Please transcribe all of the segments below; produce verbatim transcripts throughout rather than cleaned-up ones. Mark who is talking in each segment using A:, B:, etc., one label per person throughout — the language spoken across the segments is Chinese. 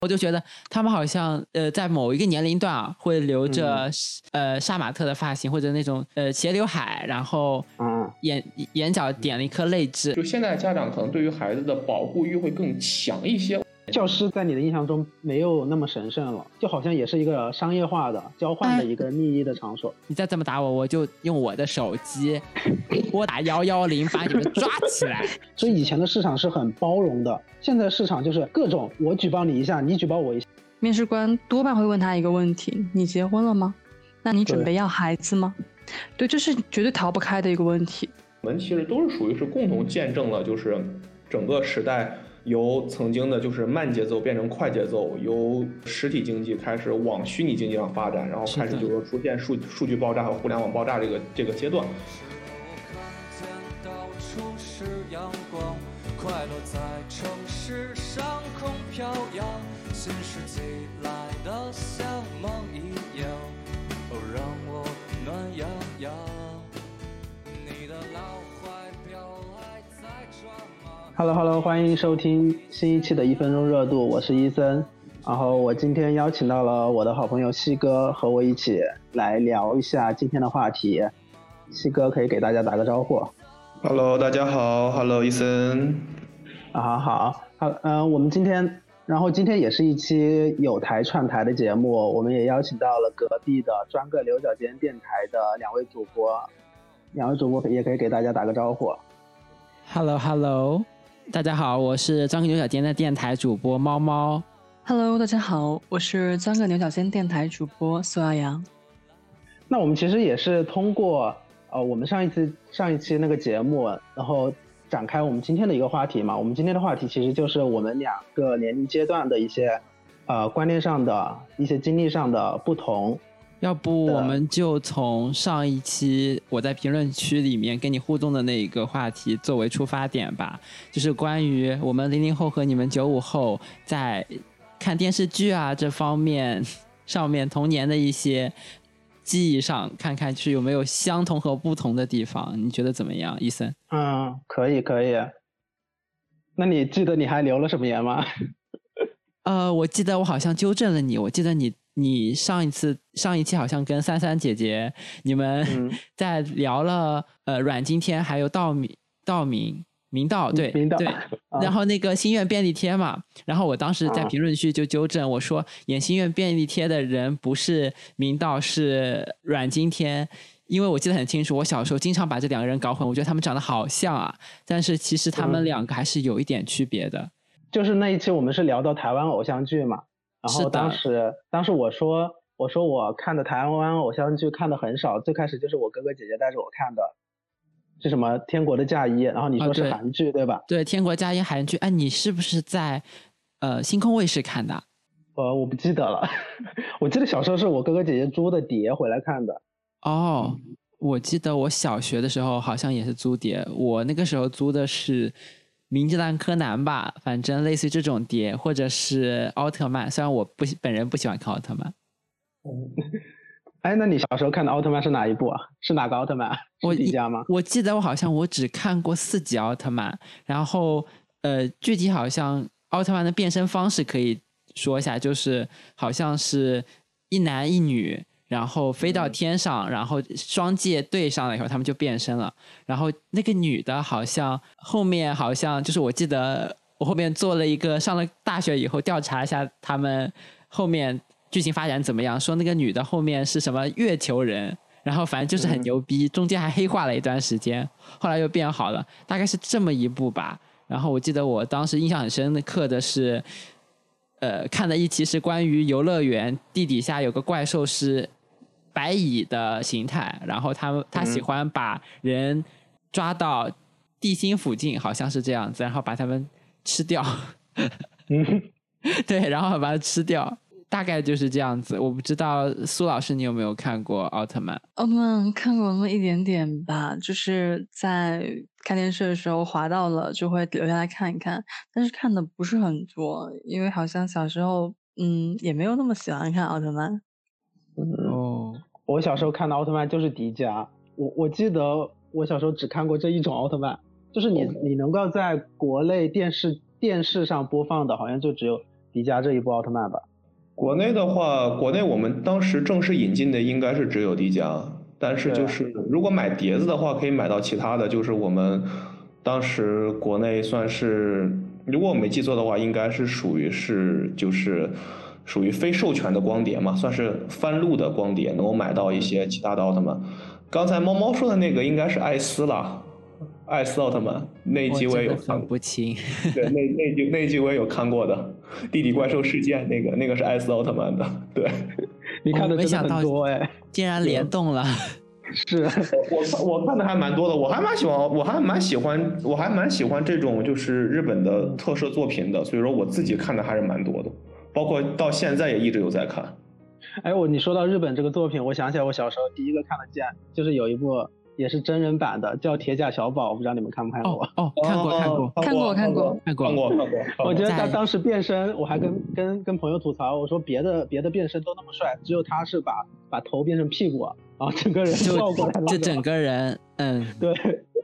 A: 我就觉得他们好像呃在某一个年龄段啊会留着、嗯、呃杀马特的发型，或者那种呃斜刘海，然后眼、嗯、眼角点了一颗泪痣。
B: 就现在家长可能对于孩子的保护欲会更强一些。
C: 教师在你的印象中没有那么神圣了，就好像也是一个商业化的交换的一个利益的场所。
A: 你再这么打我，我就用我的手机拨打幺幺零把你们抓起来。
C: 所以以前的市场是很包容的，现在市场就是各种我举报你一下，你举报我一下。
D: 面试官多半会问他一个问题：你结婚了吗？那你准备要孩子吗？ 对, 对，这是绝对逃不开的一个问题。
B: 我们其实都是属于是共同见证了，就是整个时代由曾经的就是慢节奏变成快节奏，由实体经济开始往虚拟经济上发展，然后开始就是出现数数据爆炸和互联网爆炸这个这个阶段。快乐在城市上空飘扬，新世纪来的像梦一样，哦，让我暖洋洋。你的老怀表还在装吗
C: ？Hello Hello， 欢迎收听新一期的一分钟热度，我是伊森。然后我今天邀请到了我的好朋友西哥，和我一起来聊一下今天的话题。西哥可以给大家打个招呼。
B: Hello， 大家好 ，Hello， 伊森。
C: 啊，好好好，嗯、呃，我们今天，然后今天也是一期有台串台的节目，我们也邀请到了隔壁的专个牛角尖电台的两位主播，两位主播也可以给大家打个招呼。
A: Hello Hello， 大家好，我是专个牛角尖的电台主播猫猫。
D: Hello， 大家好，我是专个牛角尖电台主播苏耀阳。
C: 那我们其实也是通过呃我们上一次上一期那个节目，然后展开我们今天的一个话题嘛。我们今天的话题其实就是我们两个年龄阶段的一些呃观念上的一些经历上的不同。
A: 要不我们就从上一期我在评论区里面跟你互动的那个话题作为出发点吧，就是关于我们零零后和你们九五后在看电视剧啊这方面上面童年的一些记忆上，看看就是有没有相同和不同的地方，你觉得怎么样，伊森？
C: 嗯，可以可以。那你记得你还留了什么言吗？
A: 呃，我记得我好像纠正了你，我记得你你上一次上一期好像跟三三姐姐你们、嗯、在聊了呃阮经天还有道明道明明道对
C: 明道
A: 对、啊，然后那个心愿便利贴嘛，然后我当时在评论区就纠正、啊、我说演心愿便利贴的人不是明道是阮经天，因为我记得很清楚，我小时候经常把这两个人搞混，我觉得他们长得好像啊，但是其实他们两个还是有一点区别的、嗯。
C: 就是那一期我们是聊到台湾偶像剧嘛，然后当时当时我说我说我看的台湾偶像剧看的很少，最开始就是我哥哥姐姐带着我看的，是什么天国的嫁衣，然后你说是韩剧、啊、对, 对吧？
A: 对，天国嫁衣韩剧。哎，你是不是在呃星空卫视看的？
C: 呃，我不记得了，我记得小时候是我哥哥姐姐租的碟回来看的。
A: 哦，我记得我小学的时候好像也是租碟，我那个时候租的是名侦探柯南吧，反正类似于这种碟，或者是奥特曼，虽然我不本人不喜欢看奥特曼。
C: 哎，那你小时候看的奥特曼是哪一部啊？是哪个奥特曼？是迪迦吗？
A: 我, 我记得我好像我只看过四集奥特曼，然后呃，具体好像奥特曼的变身方式可以说一下，就是好像是一男一女，然后飞到天上、嗯、然后双界对上了以后他们就变身了，然后那个女的好像后面好像就是我记得我后面做了一个上了大学以后调查一下他们后面剧情发展怎么样，说那个女的后面是什么月球人，然后反正就是很牛逼、嗯、中间还黑化了一段时间，后来又变好了，大概是这么一部吧。然后我记得我当时印象很深的课的是呃，看的一期是关于游乐园地底下有个怪兽是白蚁的形态，然后他他喜欢把人抓到地心附近，好像是这样子，然后把他们吃掉对，然后把它吃掉，大概就是这样子。我不知道苏老师你有没有看过奥特曼？
D: 奥特曼看过那么一点点吧，就是在看电视的时候滑到了就会留下来看一看，但是看的不是很多，因为好像小时候嗯也没有那么喜欢看奥特曼。
C: 哦，我小时候看的奥特曼就是迪迦，我我记得我小时候只看过这一种奥特曼，就是你你能够在国内电视电视上播放的好像就只有迪迦这一部奥特曼吧。
E: 国内的话，国内我们当时正式引进的应该是只有迪迦，但是就是如果买碟子的话，可以买到其他的，就是我们当时国内算是，如果我没记错的话，应该是属于是就是属于非授权的光碟嘛，算是翻录的光碟，能够买到一些其他的奥特曼。刚才猫猫说的那个应该是艾斯啦，艾斯奥特曼那一集我也有看过，
A: 不清。
E: 对，那那集那集我也有看过的，地底怪兽事件那个那个是艾斯奥特曼的，对。
C: 你看的真的很多哎，
A: 竟然联动了。
C: 是
E: 我我看的还蛮多的，我还蛮喜欢，我还蛮喜欢，我还蛮喜欢这种就是日本的特摄作品的，所以说我自己看的还是蛮多的，包括到现在也一直有在看。
C: 哎，我你说到日本这个作品，我想起来我小时候第一个看的见就是有一部也是真人版的，叫《铁甲小宝》，我不知道你们看没看过？
A: 哦，哦看过看过
D: 看过看过
A: 看过
E: 看过看过。
C: 我觉得他当时变身，我还跟跟跟朋友吐槽，我说别的别的变身都那么帅，只有他是把把头变成屁股，然后整个人倒过来，
A: 就整个人，嗯，
C: 对。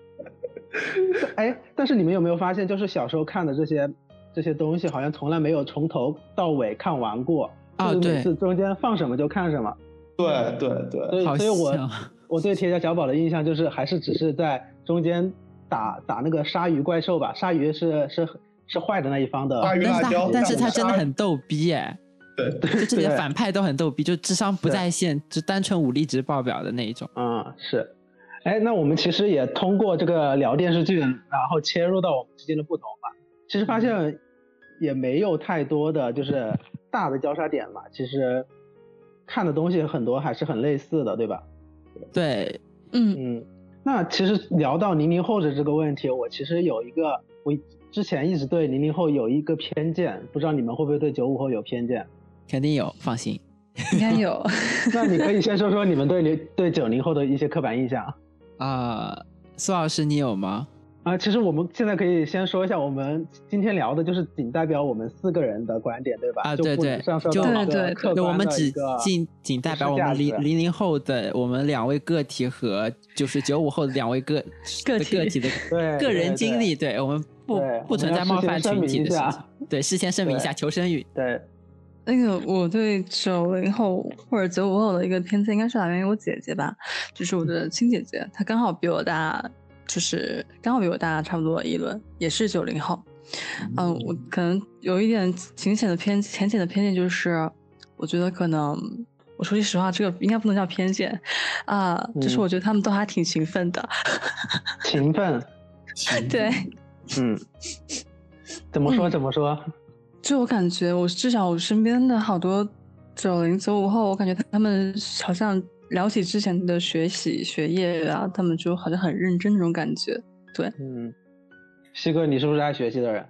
C: 哎，但是你们有没有发现，就是小时候看的这些这些东西，好像从来没有从头到尾看完过。
A: 啊，
C: 就是每次中间放什么就看什么。
E: 对对对。
C: 所以所以我我对铁甲小宝的印象就是还是只是在中间打打那个鲨鱼怪兽吧，鲨鱼是是是坏的那一方的。
E: 鲨鱼辣椒。
A: 但是他真的很逗逼哎。
E: 对。
A: 就这里的反派都很逗逼，就智商不在线，就单纯武力值爆表的那一种。
C: 嗯，是。哎，那我们其实也通过这个聊电视剧，然后切入到我们之间的不同嘛。其实发现也没有太多的就是大的交叉点嘛，其实看的东西很多还是很类似的，对吧？
A: 对，
D: 嗯
C: 嗯。那其实聊到零零后的这个问题，我其实有一个，我之前一直对零零后有一个偏见，不知道你们会不会对九五后有偏见？
A: 肯定有，放心。
D: 应该有。
C: 那你可以先说说你们对零对九零后的一些刻板印象。
A: 啊、呃，苏老师你有吗？
C: 啊、呃，其实我们现在可以先说一下，我们今天聊的就是仅代表我们四个人的观点，对吧？
A: 啊，对对，
C: 就
D: 对对
A: 对，我们只仅仅代表我们零零零后的我们两位个体和就是九五后的两位个
D: 个体
A: 个体的个人经历，对我们不不存在冒犯群体的事情。对，事先声明一下，求生欲。
C: 对。
D: 那个我对九零后或者九五后的一个偏见，应该是来源于我姐姐吧，就是我的亲姐姐，她刚好比我大，就是刚好比我大差不多一轮，也是九零后。嗯，我可能有一点浅浅的偏浅浅的偏见，就是我觉得可能我说句实话，这个应该不能叫偏见啊、呃嗯，就是我觉得他们都还挺勤奋的。
C: 勤奋。
D: 对。
C: 嗯。怎么说？怎么说？嗯，
D: 就我感觉，我至少我身边的好多九零九五后，我感觉他们好像聊起之前的学习学业啊，他们就好像很认真那种感觉。对，
C: 嗯，西哥，你是不是爱学习的人？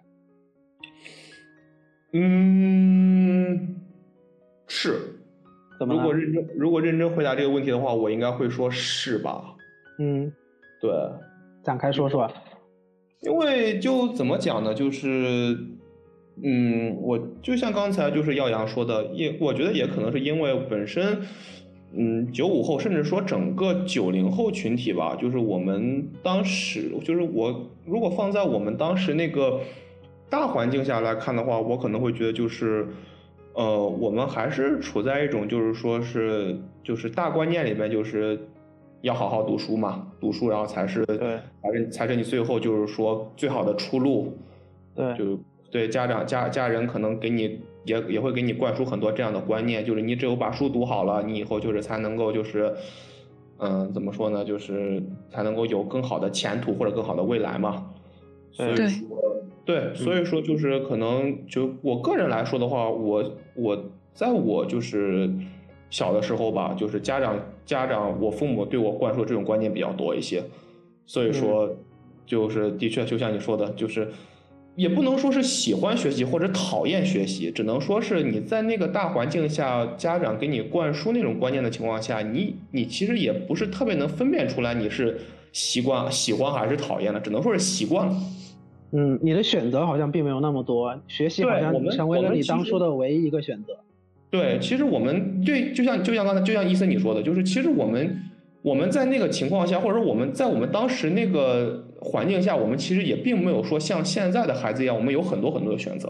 E: 嗯，是。
C: 怎么？
E: 如果认真如果认真回答这个问题的话，我应该会说是吧？
C: 嗯，
E: 对，
C: 展开说说。
E: 因为就怎么讲呢，就是。嗯，我就像刚才就是耀阳说的，也我觉得也可能是因为本身，嗯，九五后甚至说整个九零后群体吧，就是我们当时，就是我如果放在我们当时那个大环境下来看的话，我可能会觉得就是，呃，我们还是处在一种就是说是就是大观念里面，就是要好好读书嘛，读书然后才是
C: 对，
E: 才是才是你最后就是说最好的出路，
C: 对，
E: 就。对家长家家人可能给你也也会给你灌输很多这样的观念，就是你只有把书读好了，你以后就是才能够就是，嗯，怎么说呢，就是才能够有更好的前途或者更好的未来嘛。所以说，对，所以说就是可能就我个人来说的话，我我在我就是小的时候吧，就是家长家长我父母对我灌输这种观念比较多一些，所以说就是的确就像你说的，就是。也不能说是喜欢学习或者讨厌学习，只能说是你在那个大环境下，家长给你灌输那种观念的情况下，你你其实也不是特别能分辨出来你是习惯喜欢还是讨厌的，只能说是习惯了。
C: 嗯，你的选择好像并没有那么多，学习好像成为了你当初的唯一一个选择。
E: 对，其实我们对，就像就像刚才就像伊森你说的，就是其实我们我们在那个情况下，或者说我们在我们当时那个环境下，我们其实也并没有说像现在的孩子一样，我们有很多很多的选择。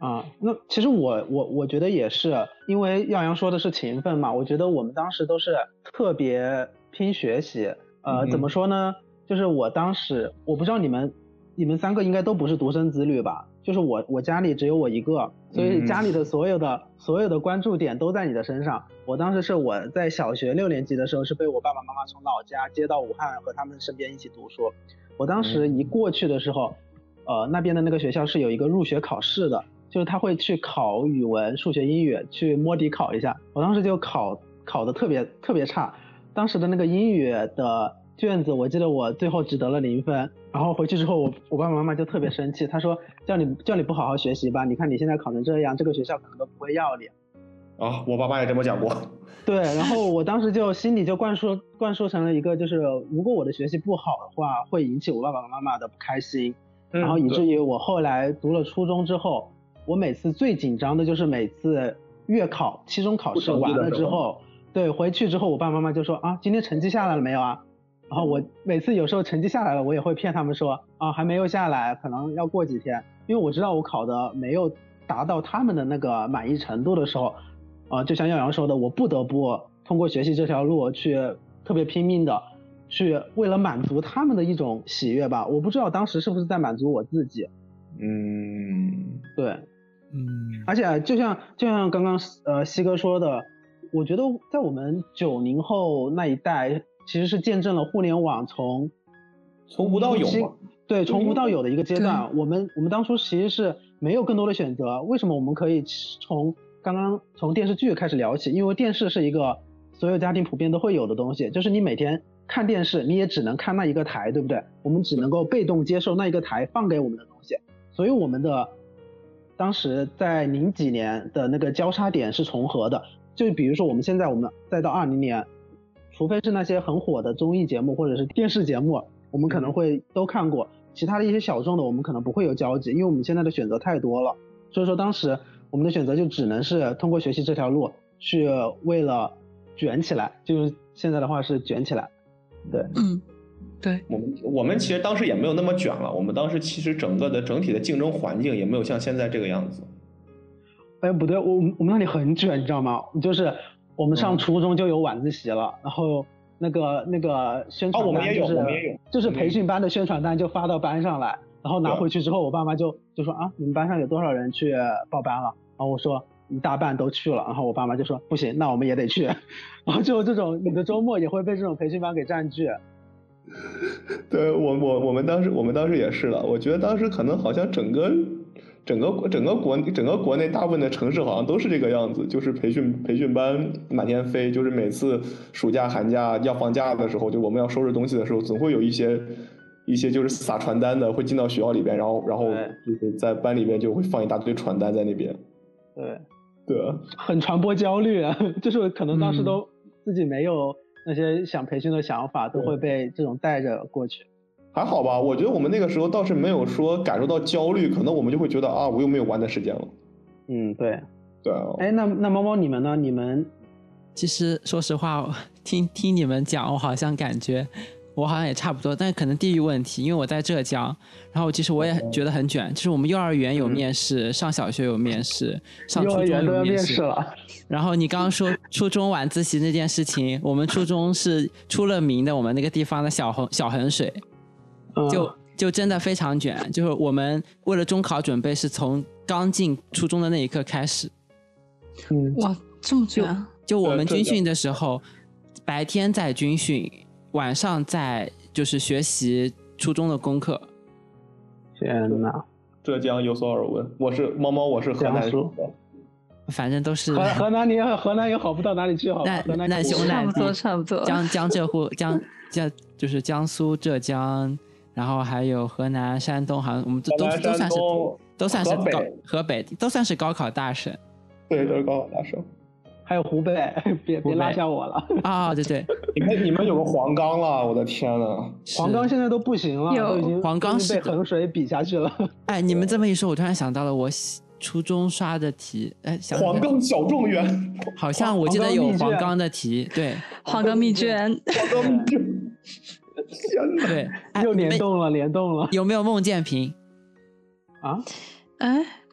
C: 啊，那其实我我我觉得也是，因为耀阳说的是勤奋嘛，我觉得我们当时都是特别拼学习。呃，
E: 嗯、
C: 怎么说呢？就是我当时，我不知道你们你们三个应该都不是独生子女吧？就是我我家里只有我一个，所以家里的所有的、嗯、所有的关注点都在你的身上。我当时是我在小学六年级的时候是被我爸爸妈妈从老家接到武汉和他们身边一起读书。我当时一过去的时候，呃，那边的那个学校是有一个入学考试的。就是他会去考语文、数学、英语，去摸底考一下。我当时就考考的特别特别差，当时的那个英语的卷子，我记得我最后只得了零分。然后回去之后，我我爸爸妈妈就特别生气，他说叫你叫你不好好学习吧，你看你现在考成这样，这个学校可能都不会要你。
E: 啊，我爸妈也这么讲过。
C: 对，然后我当时就心里就灌输灌输成了一个，就是如果我的学习不好的话，会引起我爸爸妈妈的不开心，
E: 嗯、
C: 然后以至于我后来读了初中之后。我每次最紧张的就是每次月考、期中考试完了之后，对，回去之后我爸爸妈妈就说啊，今天成绩下来了没有啊？然后我每次有时候成绩下来了，我也会骗他们说啊，还没有下来，可能要过几天，因为我知道我考的没有达到他们的那个满意程度的时候，呃，就像耀阳说的，我不得不通过学习这条路去特别拼命的去为了满足他们的一种喜悦吧。我不知道当时是不是在满足我自己。
E: 嗯，
C: 对。
A: 嗯，
C: 而且就像就像刚刚呃西哥说的，我觉得在我们九零后那一代，其实是见证了互联网从
E: 从无到有嘛，
C: 对，从无到有的一个阶段。我们我们当初其实是没有更多的选择，为什么我们可以从刚刚从电视剧开始聊起？因为电视是一个所有家庭普遍都会有的东西，就是你每天看电视，你也只能看那一个台，对不对？我们只能够被动接受那一个台放给我们的东西，所以我们的。当时在零几年的那个交叉点是重合的，就比如说我们现在我们再到二零年，除非是那些很火的综艺节目或者是电视节目，我们可能会都看过，其他的一些小众的我们可能不会有交集，因为我们现在的选择太多了，所以说当时我们的选择就只能是通过学习这条路去为了卷起来，就是现在的话是卷起来。对，
D: 嗯。对，
E: 我们我们其实当时也没有那么卷了，我们当时其实整个的整体的竞争环境也没有像现在这个样子。
C: 哎，不对，我我们那里很卷，你知道吗？就是我们上初中就有晚自习了，嗯、然后那个那个宣传单就是、
E: 哦、我们也有
C: 就是培训班的宣传单就发到班上来，然后拿回去之后，我爸妈就就说啊，你们班上有多少人去报班了？然后我说一大半都去了，然后我爸妈就说不行，那我们也得去，然后就这种你的周末也会被这种培训班给占据。
E: 对，我我我们当时我们当时也是了，我觉得当时可能好像整个整个整个国整个国内大部分的城市好像都是这个样子，就是培训培训班满天飞，就是每次暑假寒假要放假的时候，就我们要收拾东西的时候，总会有一些一些就是撒传单的会进到学校里边，然后然后就是在班里边就会放一大堆传单在那边。
C: 对
E: 对，
C: 很传播焦虑啊，就是可能当时都自己没有那些想培训的想法，都会被这种带着过去。
E: 还好吧，我觉得我们那个时候倒是没有说感受到焦虑，可能我们就会觉得啊，我又没有玩的时间了。
C: 嗯，对，
E: 对啊。
C: 哎，那那猫猫你们呢？你们
A: 其实说实话，听听你们讲，我好像感觉我好像也差不多，但是可能地域问题，因为我在浙江，然后其实我也觉得很卷，就是我们幼儿园有面试，嗯、上小学有面试，上初中有面试，
C: 幼儿园都要面试了。
A: 然后你刚刚说初中晚自习那件事情，我们初中是出了名的，我们那个地方的小衡小衡水。就就真的非常卷，就是我们为了中考准备，是从刚进初中的那一刻开始。
C: 嗯，
D: 哇，这么卷啊！
A: 就我们军训的时候，白天在军训，晚上在就是学习初中的功课。
C: 天哪！
E: 浙江有所耳闻，我是猫猫，我是河南的。
A: 反正都是
C: 河河南，你河南也好不到哪里去，好吧？河南
A: 难兄难弟，
D: 差不多差不多。
A: 江江浙沪江江就是江苏、浙江。然后还有河南、山东，好像我们都都都算是都算是高河北都算是高考大省。
E: 对，都是高考大省。
C: 还有湖北，别别拉下我了
A: 啊、哦！对对，
E: 你们你们有个黄冈了，我的天呐，
C: 黄冈现在都不行了，都已经
A: 黄冈是
C: 被衡水比下去了。
A: 哎，你们这么一说，我突然想到了我初中刷的题，哎，想
E: 黄冈小状元，
A: 好像我记得有黄冈的题，对，
D: 黄冈密卷，
E: 黄冈密卷。天哪！
A: 对，
C: 又联动了，联动了。
A: 有没有孟建平？
C: 啊？
D: 哎，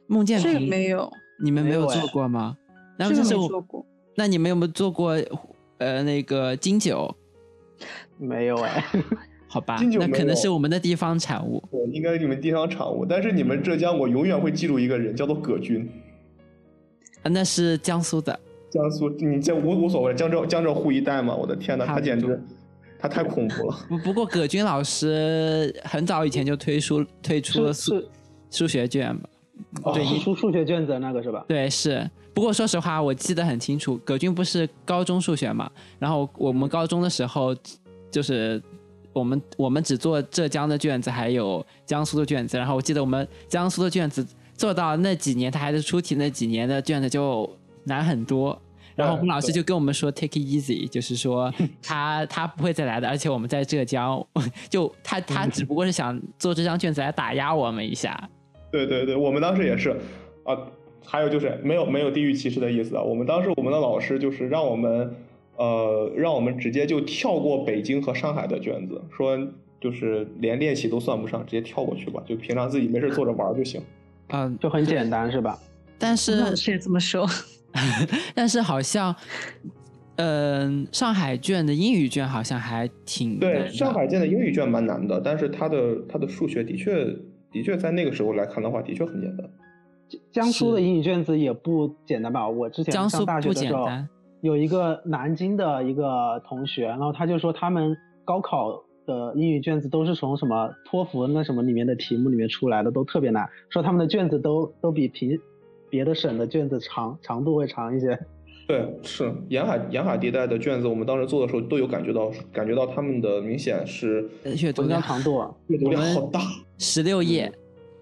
A: 梦见
D: 这个
A: 屏
D: 没有，
A: 你们没有
C: 没有哎
A: 做过吗？然
D: 这个
A: 后是我
D: 没做过。
A: 那你们有没有做过呃那个金九？
C: 没有哎。
A: 好吧，
E: 金九没
A: 那可能
E: 有
A: 是我们的地方产物。
E: 对，应该是你们地方产物，但是你们浙江，我永远会记住一个人，叫做葛军。
A: 啊，那是江苏的。
E: 江苏，你这无无所谓，江浙江浙沪一带嘛，我的天呐，
A: 差不多
E: 他简直，他太恐怖了。
A: 不不过葛军老师很早以前就推出推出了数
C: 是是
A: 数学卷吧？
E: 哦
A: 对，
C: 出数学卷子的那个是吧？
A: 对，是。不过说实话，我记得很清楚，葛军不是高中数学嘛？然后我们高中的时候，就是我们我们只做浙江的卷子，还有江苏的卷子。然后我记得我们江苏的卷子做到那几年，他还是出题那几年的卷子就难很多。然后我们老师就跟我们说 take it easy， 就是说他他不会再来的，而且我们在浙江，就他他只不过是想做这张卷子来打压我们一下。
E: 对对对，我们当时也是啊，还有就是没有没有地域歧视的意思啊。我们当时我们的老师就是让我们呃让我们直接就跳过北京和上海的卷子，说就是连练习都算不上，直接跳过去吧，就平常自己没事做着玩就行。
A: 嗯，
C: 就很简单是吧？
A: 但是
D: 老师也这么说。
A: 但是好像，嗯、呃，上海卷的英语卷好像还挺难
E: 对，
A: 的。
E: 上海卷的英语卷蛮难的，但是它的它的数学的确的确在那个时候来看的话，的确很简单。
C: 江苏的英语卷子也不简单吧？我之前
A: 江苏
C: 上大学
A: 不
C: 的时候，
A: 简单。
C: 有一个南京的一个同学，然后他就说他们高考的英语卷子都是从什么托福那什么里面的题目里面出来的，都特别难，说他们的卷子都都比平别的省的卷子长长度会长一些。
E: 对，是沿海沿海地带的卷子，我们当时做的时候都有感觉到，感觉到他们的明显是
A: 呃阅读
C: 文章
A: 量
C: 长度啊，
E: 阅读量好大，
A: 十六页。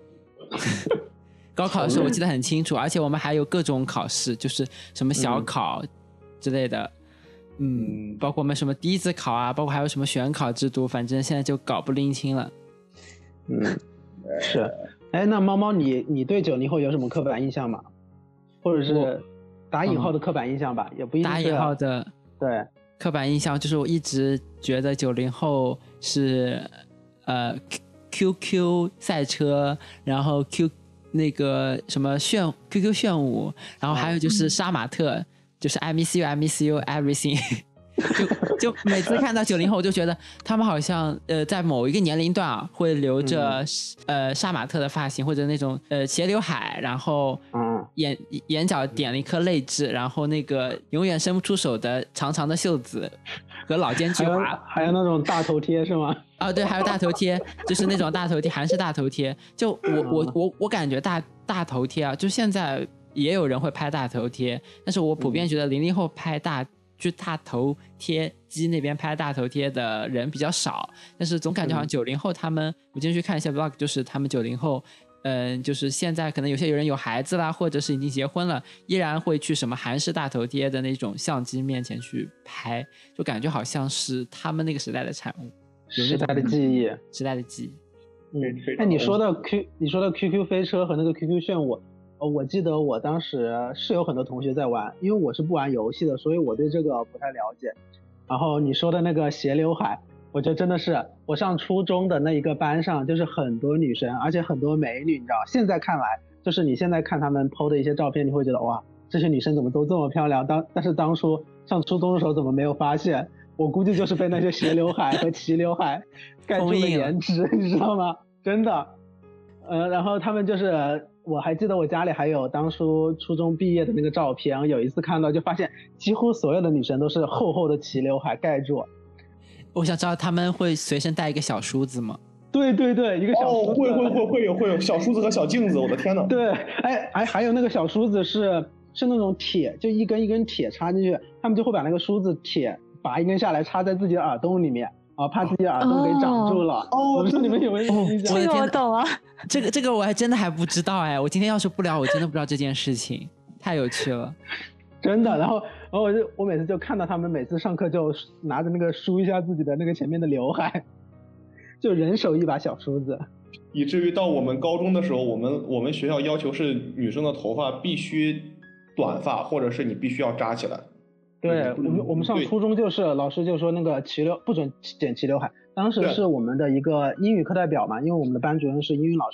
A: 高考的时候我记得很清楚，而且我们还有各种考试，就是什么小考之类的，嗯，
E: 嗯
A: 包括我们什么第一次考啊，包括还有什么选考制度，反正现在就搞不拎清了。
C: 嗯，是。哎，那猫猫你你对九零后有什么刻板印象吗？或者是打引号的刻板印象吧，嗯、也不一定是
A: 打引号的
C: 对
A: 刻板印象，就是我一直觉得九零后是呃 Q Q 赛车，然后 Q 那个什么炫 Q Q 炫舞，然后还有就是杀马特，嗯、就是 I miss you I miss you everything 就。就每次看到九零后，我就觉得他们好像呃在某一个年龄段啊，会留着、嗯、呃杀马特的发型，或者那种呃斜刘海，然后眼眼角点了一颗泪痣，然后那个永远伸不出手的长长的袖子和老奸巨猾，
C: 还有还有那种大头贴是吗？
A: 啊，对，还有大头贴，就是那种大头贴，韩式大头贴。就我我我我感觉大大头贴啊，就现在也有人会拍大头贴，但是我普遍觉得零零后拍大。就大头贴机那边拍大头贴的人比较少，但是总感觉好像九零后他们，我今天去看一下 vlog， 就是他们九零后，嗯，就是现在可能有些有人有孩子啦，或者是已经结婚了，依然会去什么韩式大头贴的那种相机面前去拍，就感觉好像是他们那个时代的产物，
C: 时代的记忆，
A: 时代的记忆。
C: 嗯，哎，你说的 Q， 你说的 Q Q 飞车和那个 Q Q 炫舞。呃，我记得我当时是有很多同学在玩，因为我是不玩游戏的，所以我对这个不太了解。然后你说的那个斜刘海，我觉得真的是我上初中的那一个班上，就是很多女生，而且很多美女，你知道，现在看来，就是你现在看她们 P O 的一些照片，你会觉得哇，这些女生怎么都这么漂亮？当但是当初上初中的时候怎么没有发现？我估计就是被那些斜刘海和齐刘海盖住了颜值，你知道吗？真的。呃，然后他们就是。我还记得我家里还有当初初中毕业的那个照片，有一次看到就发现几乎所有的女生都是厚厚的齐刘海盖住。
A: 我想知道他们会随身带一个小梳子吗？
C: 对对对，一个小梳子。
E: 哦，会会会会有会有小梳子和小镜子，我的天哪！
C: 对，哎哎，还有那个小梳子是是那种铁，就一根一根铁插进去，他们就会把那个梳子铁拔一根下来插在自己的耳洞里面。啊，怕自己耳洞给长住了。哦，我不知道你们有没有印象？
D: 这个我懂啊。
A: 这个这个我还真的还不知道哎，我今天要是不聊，我真的不知道这件事情，太有趣了。
C: 真的，然后然后我就我每次就看到他们每次上课就拿着那个梳一下自己的那个前面的刘海，就人手一把小梳子。
E: 以至于到我们高中的时候，我们我们学校要求是女生的头发必须短发，或者是你必须要扎起来。
C: 对，我们我们上初中就是老师就说那个齐刘不准剪齐刘海，当时是我们的一个英语课代表嘛，因为我们的班主任是英语老师，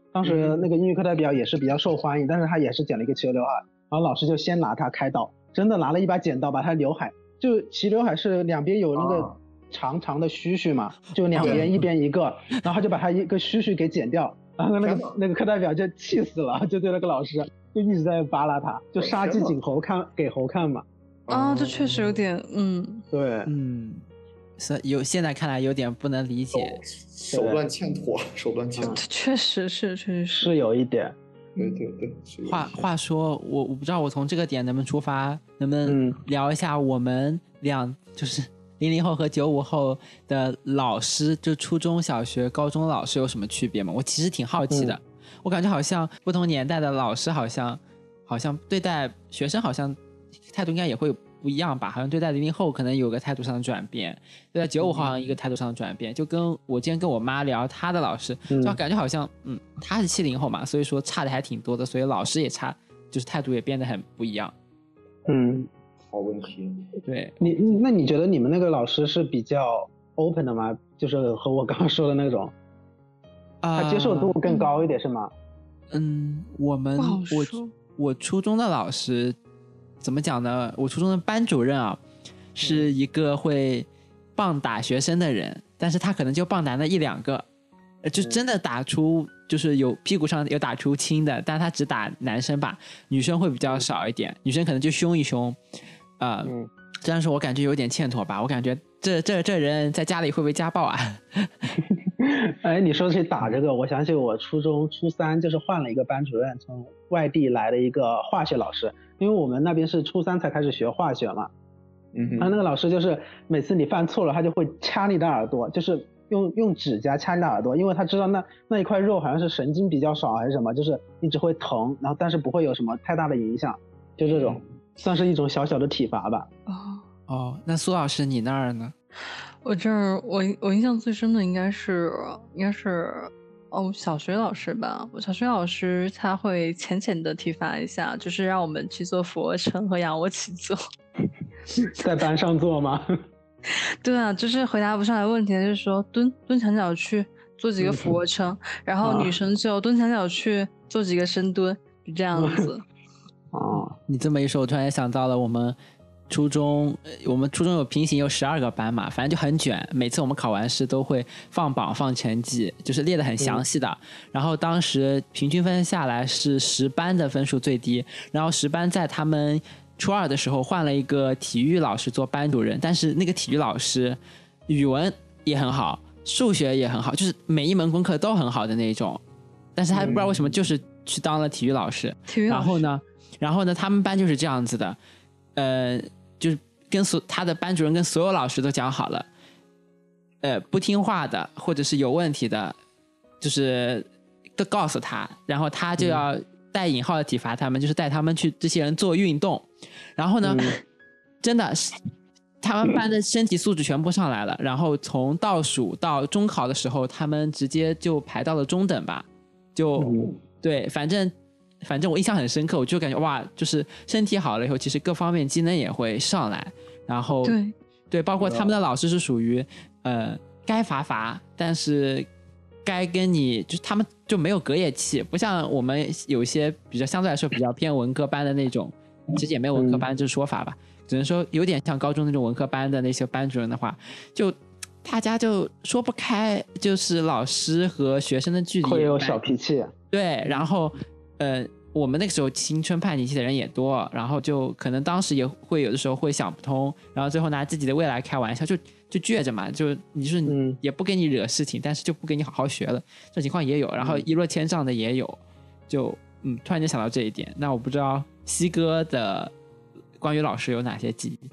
C: 当时那个英语课代表也是比较受欢迎，但是他也是剪了一个齐刘海，然后老师就先拿他开刀，真的拿了一把剪刀把他刘海，就齐刘海是两边有那个长长的须须嘛，就两边一边一个，然后他就把他一个须须给剪掉，然后那个那个课代表就气死了，就对那个老师就一直在扒拉他，就杀鸡儆猴看给猴看嘛。
D: 啊，这确实有点，嗯，
C: 对，
A: 嗯，是有现在看来有点不能理解，
E: 手段欠妥，手段欠妥，
D: 确实是，确实
C: 是有一点。
E: 对对对。
A: 话话说，我我不知道我从这个点能不能出发，能不能聊一下我们俩就是零零后和九五后的老师，就初中小学高中老师有什么区别吗？我其实挺好奇的、嗯、我感觉好像不同年代的老师好像好像对待学生好像态度应该也会不一样吧，好像对待零零后可能有个态度上的转变，对待九五后好像一个态度上的转变，就跟我今天跟我妈聊她的老师，就感觉好像嗯，她是七零后嘛，所以说差的还挺多的，所以老师也差，就是态度也变得很不一样。
C: 嗯，
E: 好问题。
A: 对
C: 你，那你觉得你们那个老师是比较 open 的吗？就是和我刚刚说的那种，
A: 呃、
C: 他接受度更高一点是吗？
A: 嗯，我们我我初中的老师怎么讲呢？我初中的班主任啊，是一个会棒打学生的人，但是他可能就棒打那一两个，就真的打出就是有屁股上有打出青的，但他只打男生吧，女生会比较少一点，女生可能就凶一凶，呃，嗯，这样说我感觉有点欠妥吧，我感觉这这这人在家里会不会家暴啊？
C: 哎，你说起打这个，我想起我初中初三就是换了一个班主任，从外地来的一个化学老师，因为我们那边是初三才开始学化学嘛，嗯，他那个老师就是每次你犯错了，他就会掐你的耳朵，就是用用指甲掐你的耳朵，因为他知道那那一块肉好像是神经比较少还是什么，就是你只会疼，然后但是不会有什么太大的影响，就这种、嗯、算是一种小小的体罚吧。
D: 哦
A: 哦，那苏老师你那儿呢？
D: 我这儿我我印象最深的应该是应该是哦小学老师吧，我小学老师他会浅浅的体罚一下，就是让我们去做俯卧撑和仰卧起坐。
C: 在班上做吗？
D: 对啊，就是回答不上来问题，就是说蹲蹲墙角去做几个俯卧撑、嗯、然后女生就蹲墙角去做几个深蹲，就这样子。
A: 哦，你这么一说我突然想到了我们初中，我们初中有平行有十二个班嘛，反正就很卷，每次我们考完试都会放榜放成绩，就是列得很详细的、嗯、然后当时平均分下来是十班的分数最低，然后十班在他们初二的时候换了一个体育老师做班主任，但是那个体育老师语文也很好，数学也很好，就是每一门功课都很好的那种，但是他不知道为什么就是去当了体育老师、嗯、然后呢然后呢他们班就是这样子的，呃就是跟所他的班主任跟所有老师都讲好了，呃不听话的或者是有问题的就是都告诉他，然后他就要带引号的体罚他们，就是带他们去这些人做运动，然后呢、嗯、真的是他们班的身体素质全部上来了，然后从倒数到中考的时候他们直接就排到了中等吧，就、嗯、对反正反正我印象很深刻，我就感觉哇，就是身体好了以后其实各方面机能也会上来，然后
D: 对
A: 对，包括他们的老师是属于呃该罚罚，但是该跟你就是他们就没有隔夜气，不像我们有一些比较相对来说比较偏文科班的那种，其实也没有文科班这说法吧、嗯、只能说有点像高中那种文科班的那些班主任的话，就大家就说不开，就是老师和学生的距离
C: 会有小脾气，
A: 对，然后呃我们那个时候青春叛逆期的人也多，然后就可能当时也会有的时候会想不通，然后最后拿自己的未来开玩笑，就就倔着嘛，就你就是也不给你惹事情、嗯、但是就不给你好好学了，这情况也有，然后一落千丈的也有，就嗯突然间想到这一点。那我不知道西哥的关于老师有哪些记忆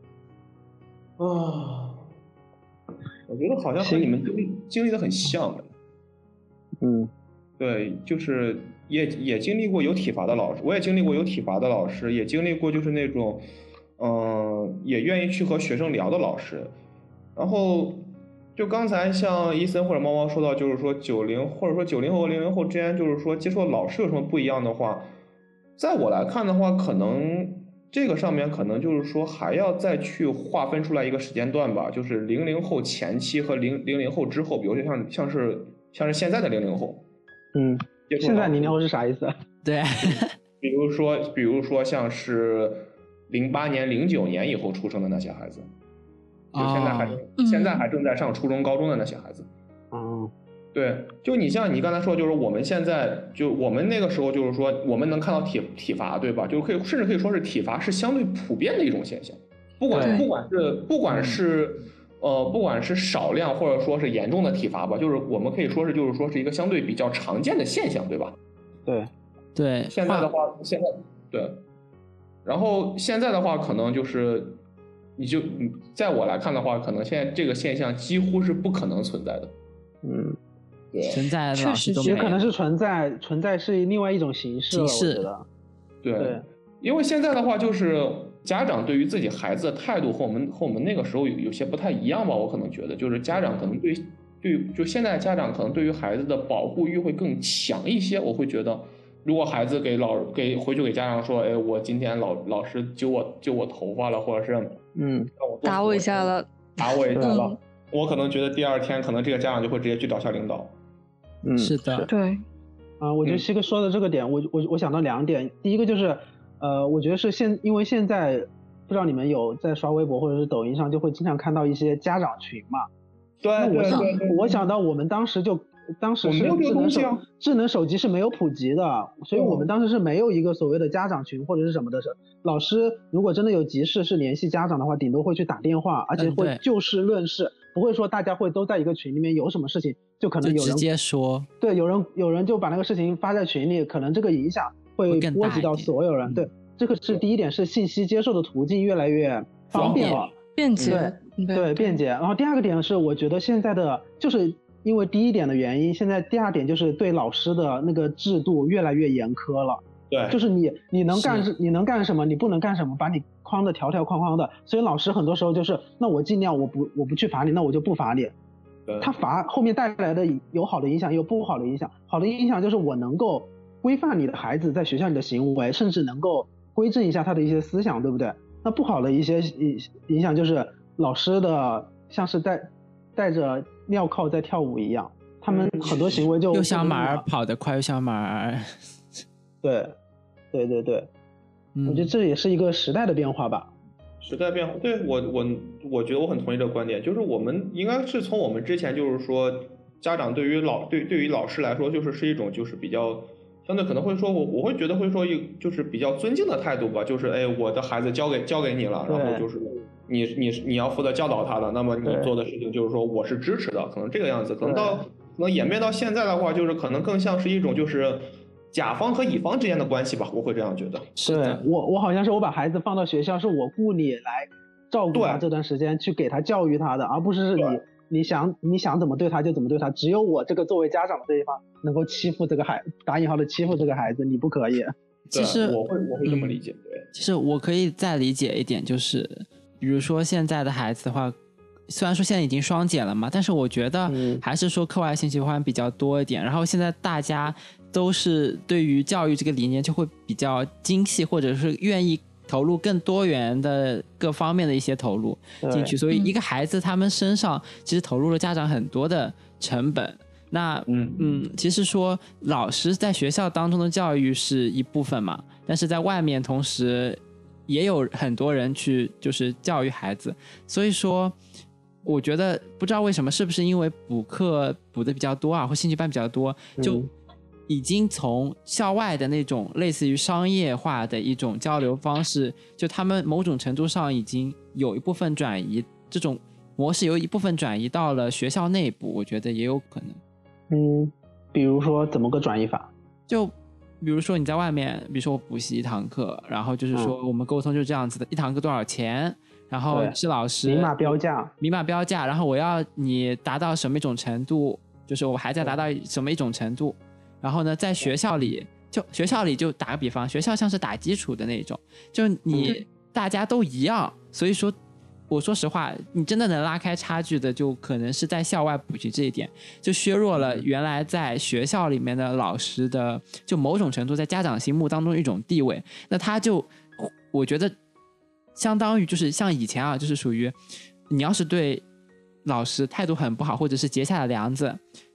E: 啊？我觉得好像和你们经历经历的很像的。
C: 嗯，
E: 对，就是也也经历过有体罚的老师，我也经历过有体罚的老师，也经历过就是那种嗯、呃、也愿意去和学生聊的老师。然后就刚才像伊森或者猫猫说到，就是说九零或者说九零后和零零后之间就是说接触老师有什么不一样的话，在我来看的话，可能这个上面可能就是说还要再去划分出来一个时间段吧，就是零零后前期和零零零后之后，比如说像像是像是现在的零零后，
C: 嗯， 现在零零后是啥意思？
A: 对，
E: 比如说，比如说像是零八年、零九年以后出生的那些孩子，就现在还、
A: 哦、
E: 现在还正在上初中、高中的那些孩子。
C: 嗯，
E: 对，就你像你刚才说，就是我们现在就我们那个时候，就是说我们能看到体体罚，对吧？就可以甚至可以说是体罚是相对普遍的一种现象，不管不管是不管是。呃，不管是少量或者说是严重的体罚吧，就是我们可以说是就是说是一个相对比较常见的现象，对吧？
C: 对，
A: 对。
E: 现在的话，现在对，然后现在的话，可能就是你就你在我来看的话，可能现在这个现象几乎是不可能存在的。
C: 嗯，
E: 对，
A: 存在的老师都
C: 也可能是存在，存在是另外一种形式了，
A: 形式
C: 我觉得。
E: 对，
C: 对，
E: 因为现在的话就是。家长对于自己孩子的态度和我们和我们那个时候有有些不太一样吧，我可能觉得就是家长可能对对就现在家长可能对于孩子的保护欲会更强一些。我会觉得，如果孩子给老给回去给家长说，哎，我今天老老师揪我揪我头发了，或者是
C: 嗯
D: 打我一下了，
E: 打我一下了，
D: 嗯、
E: 我可能觉得第二天可能这个家长就会直接去找校领导。
C: 嗯，
A: 是的，
D: 对。
C: 啊、呃，我觉得西哥说的这个点，我我我想到两点，第一个就是。呃，我觉得是现，因为现在不知道你们有在刷微博或者是抖音上，就会经常看到一些家长群嘛。
E: 对，
C: 那我想，
E: 对对对
C: 我想到我们当时就，当时是智能手、啊、智能手机是没有普及的，所以我们当时是没有一个所谓的家长群或者是什么的。老师如果真的有急事是联系家长的话，顶多会去打电话，而且会就事论事，嗯、不会说大家会都在一个群里面有什么事情就可能有人
A: 直接说。
C: 对，有人有人就把那个事情发在群里，可能这个影响。会波及到所有人，对，嗯、这个是第一点，是信息接受的途径越来越方便了，
D: 便捷，
C: 对对便捷。然后第二个点是，我觉得现在的就是因为第一点的原因，现在第二点就是对老师的那个制度越来越严苛了，
E: 对，
C: 就是你你能干你能干什么，你不能干什么，把你框的条条框框的，所以老师很多时候就是，那我尽量我不我不去罚你，那我就不罚你。他罚后面带来的有好的影响，有不好的影响。好的影响就是我能够规范你的孩子在学校里的行为，甚至能够规正一下他的一些思想，对不对？那不好的一些影响就是老师的像是带带着镣铐在跳舞一样，他们很多行为就
A: 又像马儿跑得快，又像马儿。
C: 对，对对对，
A: 嗯、
C: 我觉得这也是一个时代的变化吧。
E: 时代变化，对我我我觉得我很同意这个观点，就是我们应该是从我们之前就是说，家长对于老对对于老师来说，就是是一种就是比较。相对可能会说，我我会觉得会说一就是比较尊敬的态度吧，就是哎，我的孩子交给交给你了，然后就是你你你要负责教导他的，那么你做的事情就是说我是支持的，可能这个样子，可能到可能演变到现在的话，就是可能更像是一种就是甲方和乙方之间的关系吧，我会这样觉得。
C: 是的，我我好像是我把孩子放到学校，是我雇你来照顾他这段时间，去给他教育他的，而不是你。你想你想怎么对他就怎么对他，只有我这个作为家长的这一方能够欺负这个孩打引号的欺负这个孩子，你不可以。
A: 其实
E: 我会我会这么理解，对。
A: 其实我可以再理解一点，就是比如说现在的孩子的话，虽然说现在已经双减了嘛，但是我觉得还是说课外兴趣班比较多一点。嗯、然后现在大家都是对于教育这个理念就会比较精细，或者是愿意投入更多元的各方面的一些投入进去，所以一个孩子他们身上其实投入了家长很多的成本。那嗯嗯，其实说老师在学校当中的教育是一部分嘛，但是在外面同时也有很多人去就是教育孩子，所以说我觉得不知道为什么，是不是因为补课补的比较多啊，或兴趣班比较多，就已经从校外的那种类似于商业化的一种交流方式，就他们某种程度上已经有一部分转移，这种模式有一部分转移到了学校内部，我觉得也有可能。
C: 嗯，比如说怎么个转移法？
A: 就比如说你在外面，比如说我补习一堂课，然后就是说我们沟通就是这样子的，嗯、一堂课多少钱，然后是老师
C: 明码标价，
A: 明码标价，然后我要你达到什么一种程度，就是我孩子要达到什么一种程度。然后呢，在学校里，就学校里就打个比方，学校像是打基础的那种，就你大家都一样，所以说，我说实话，你真的能拉开差距的，就可能是在校外补习这一点，就削弱了原来在学校里面的老师的，就某种程度在家长心目当中一种地位。那他就，我觉得，相当于就是像以前啊，就是属于，你要是对老师态度很不好，或者是结下了梁子。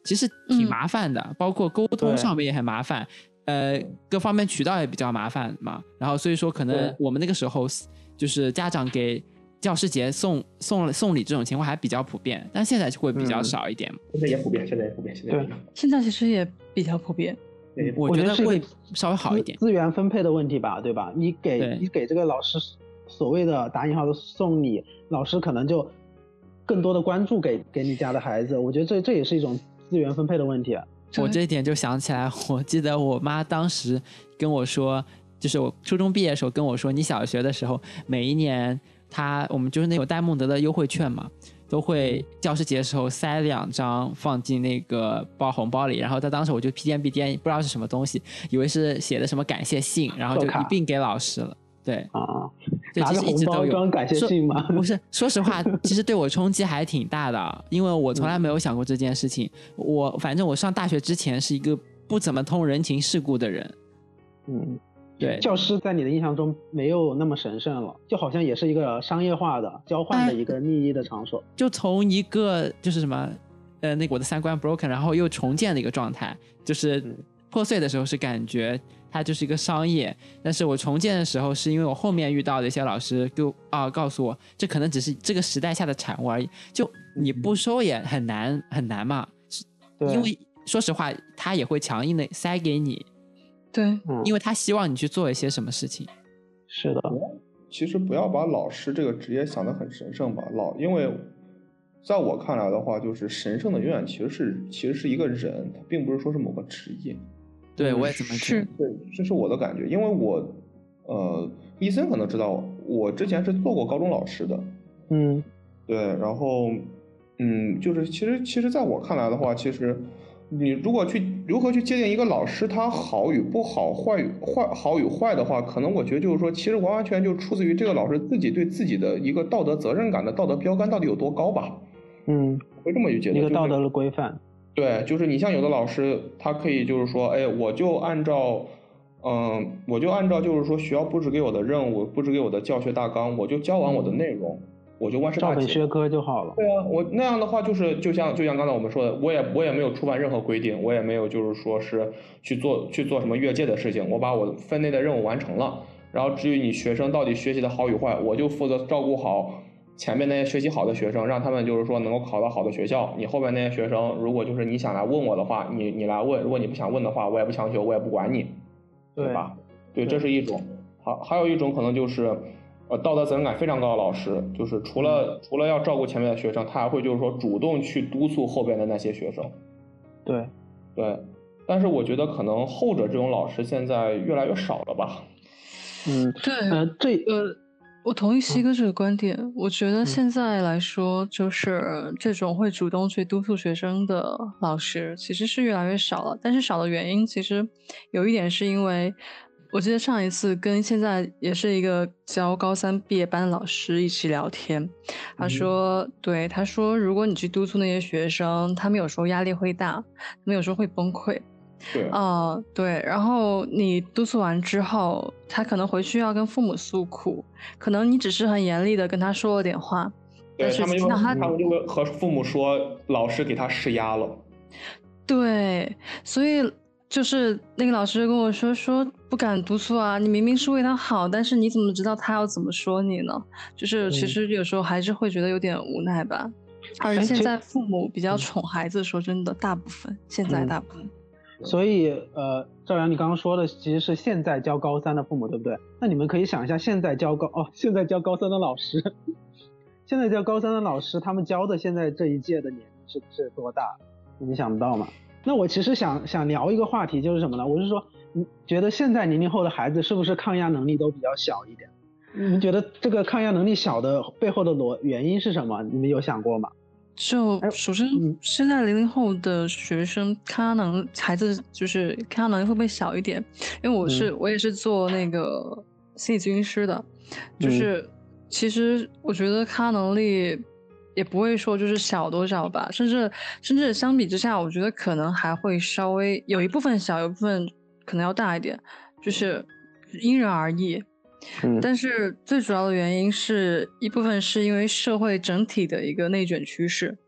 A: 其实挺麻烦的，嗯、包括沟通上面也很麻烦，呃，各方面渠道也比较麻烦嘛。然后所以说，可能我们那个时候就是家长给教师节送送送礼这种情况还比较普遍，但现在就会比较少一点。
E: 嗯、现在也普遍，现在也普遍，现在也普遍。
D: 现在其实也比较普遍。
A: 我觉得会稍微好一点，
C: 资源分配的问题吧，对吧？你给你给这个老师所谓的打引号的送礼，老师可能就更多的关注给给你家的孩子，我觉得这这也是一种资源分配的问题。
A: 我这一点就想起来，我记得我妈当时跟我说，就是我初中毕业的时候跟我说，你小学的时候每一年他我们就是那种戴梦德的优惠券嘛，都会教师节的时候塞两张放进那个包红包里，然后在当时我就屁颠屁颠不知道是什么东西，以为是写的什么感谢信，然后就一并给老师了。对
C: 啊，
A: 对，其实一直都有。拿着红包
C: 装感谢信吗？
A: 不是，说实话，其实对我冲击还挺大的，因为我从来没有想过这件事情。嗯、我反正我上大学之前是一个不怎么通人情世故的人。
C: 嗯，
A: 对。
C: 教师在你的印象中没有那么神圣了，就好像也是一个商业化的交换的一个利益的场所。
A: 就从一个就是什么，呃，那个我的三观 broken， 然后又重建的一个状态，就是破碎的时候是感觉。它就是一个商业，但是我重建的时候是因为我后面遇到的一些老师给我啊告诉我，这可能只是这个时代下的产物而已，就你不收也很难很难嘛，因为说实话他也会强硬的塞给你，
D: 对，
A: 因为他希望你去做一些什么事情。
C: 是的，
E: 其实不要把老师这个职业想得很神圣吧，老因为在我看来的话，就是神圣的永远其实是其实是一个人，他并不是说是某个职业。
A: 对，我也这么觉得。
E: 对，这是我的感觉，因为我，呃，伊森可能知道，我之前是做过高中老师的，
C: 嗯，
E: 对，然后，嗯，就是其实其实在我看来的话，其实你如果去如何去界定一个老师他好与不好、坏与坏好与坏的话，可能我觉得就是说，其实完完全就出自于这个老师自己对自己的一个道德责任感的道德标杆到底有多高吧。
C: 嗯，
E: 会这么去觉得，
C: 一个道德的规范。
E: 对，就是你像有的老师，他可以就是说，哎，我就按照，嗯，我就按照就是说学校布置给我的任务，布置给我的教学大纲，我就教完我的内容，我就万事大吉，
C: 照本宣科就好了。
E: 对啊，我那样的话就是就像就像刚才我们说的，我也我也没有触犯任何规定，我也没有就是说是去做去做什么越界的事情，我把我分内的任务完成了，然后至于你学生到底学习的好与坏，我就负责照顾好前面那些学习好的学生，让他们就是说能够考到好的学校。你后面那些学生，如果就是你想来问我的话，你你来问；如果你不想问的话，我也不强求，我也不管你，对吧？对，这是一种。好，还有一种可能就是，呃，道德责任感非常高的老师，就是除了、嗯、除了要照顾前面的学生，他还会就是说主动去督促后边的那些学生。
C: 对，
E: 对。但是我觉得可能后者这种老师现在越来越少了吧？
C: 嗯，
D: 对，
C: 呃，这
D: 呃。我同意西哥这个观点、嗯、我觉得现在来说就是这种会主动去督促学生的老师其实是越来越少了，但是少的原因其实有一点是因为我记得上一次跟现在也是一个教高三毕业班的老师一起聊天，他说、嗯、对，他说如果你去督促那些学生，他们有时候压力会大，他们有时候会崩溃，
E: 对
D: 啊、呃，对，然后你督促完之后，他可能回去要跟父母诉苦，可能你只是很严厉的跟他说了点话，
E: 对，
D: 但是
E: 他们就
D: 他
E: 他们就会和父母说老师给他施压了。
D: 对，所以就是那个老师跟我说说不敢督促啊，你明明是为他好，但是你怎么知道他要怎么说你呢？就是其实有时候还是会觉得有点无奈吧。而现在父母比较宠孩子，说真的，大部分现在大部分。
C: 嗯所以，呃，赵阳，你刚刚说的其实是现在教高三的父母，对不对？那你们可以想一下，现在教高哦，现在教高三的老师，现在教高三的老师，他们教的现在这一届的年龄是是多大？你们想不到吗？那我其实想想聊一个话题，就是什么呢？我是说，你觉得现在零零后的孩子是不是抗压能力都比较小一点？你们觉得这个抗压能力小的背后的逻原因是什么？你们有想过吗？
D: 就首先，现在零零后的学生抗压能孩子就是抗压能力会不会小一点？因为我是、嗯、我也是做那个心理咨询师的，就是、嗯、其实我觉得抗压能力也不会说就是小多少吧，甚至甚至相比之下，我觉得可能还会稍微有一部分小，有一部分可能要大一点，就是因人而异。
C: 嗯，
D: 但是最主要的原因是一部分是因为社会整体的一个内卷趋势，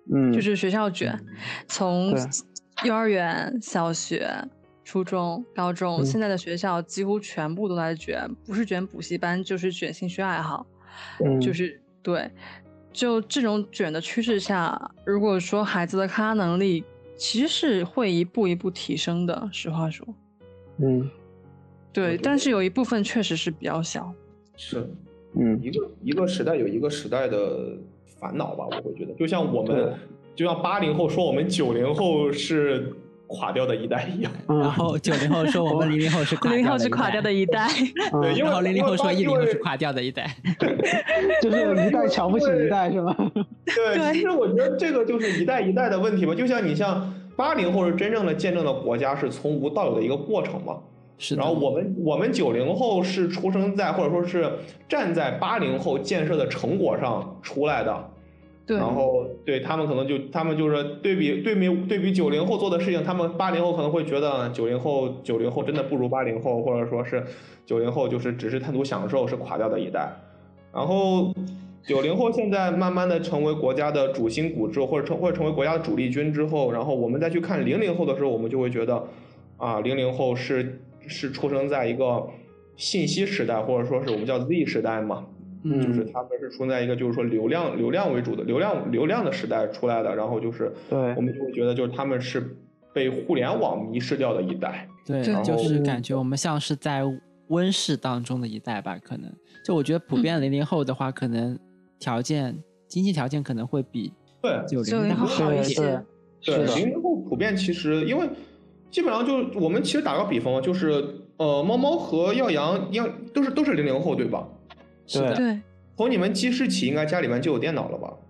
C: 嗯，
D: 就是学校卷，从
C: 对
D: 幼儿园、小学、初中、高中，
C: 嗯
D: 现在的学校几乎全部都在卷，不是卷补习班，就是卷兴趣爱好，
C: 嗯
D: 就是对，就这种卷的趋势下，如果说孩子的抗压能力其实是会一步一步提升的，实话说，
C: 嗯
D: 对，
E: 觉得
D: 但是有一部分确实是比较小，
E: 是
C: 嗯
E: 一个一个时代有一个时代的烦恼吧，我会觉得，就像我
C: 对
E: 们，就像八零后说我们九零后是垮掉的一代一样。
C: 嗯，
A: 然后九零后说我们零零后是垮
D: 零零
A: 掉的一
D: 后是垮掉的一代，
C: 嗯
E: 对，因为
A: 然后零零后说一零后
E: 因为
A: 是垮掉的一代。
C: 就是一代瞧不起一代是吗？
E: 对，
D: 对
E: 其实我觉得这个就是一代一代的问题吧。就像你像八零后是真正的见证了国家是从无到有的一个过程嘛。
A: 是的。
E: 然后我们我们九零后是出生在或者说是站在八零后建设的成果上出来的。
D: 对，
E: 然后对他们可能就他们就是对比对比对比九零后做的事情，他们八零后可能会觉得九零后九零后真的不如八零后，或者说是九零后就是只是贪图享受，是垮掉的一代。然后九零后现在慢慢的成为国家的主心骨之后，或者成或者成为国家的主力军之后，然后我们再去看零零后的时候，我们就会觉得啊，零零后是是出生在一个信息时代，或者说是我们叫 Z 时代嘛。
A: 嗯
E: 就是他们是处在一个就是说流量流量为主的流量流量的时代出来的，然后就是
C: 对
E: 我们就会觉得就是他们是被互联网迷失掉的一代。
A: 对，
D: 对
A: 就是
C: 嗯
A: 感觉我们像是在温室当中的一代吧，可能就我觉得普遍零零后的话，可能条件经济条件可能会比
E: 对
A: 九
D: 九零后
A: 零后
D: 好一
C: 对
D: 些，
E: 对，
C: 是的
E: 零零后普遍其实因为基本上就我们其实打个比方，就是呃猫猫和耀阳一样，都是都是零零后对吧？
A: 是的
D: 对，
E: 从你们记事起，应该家里面就有电脑了吧？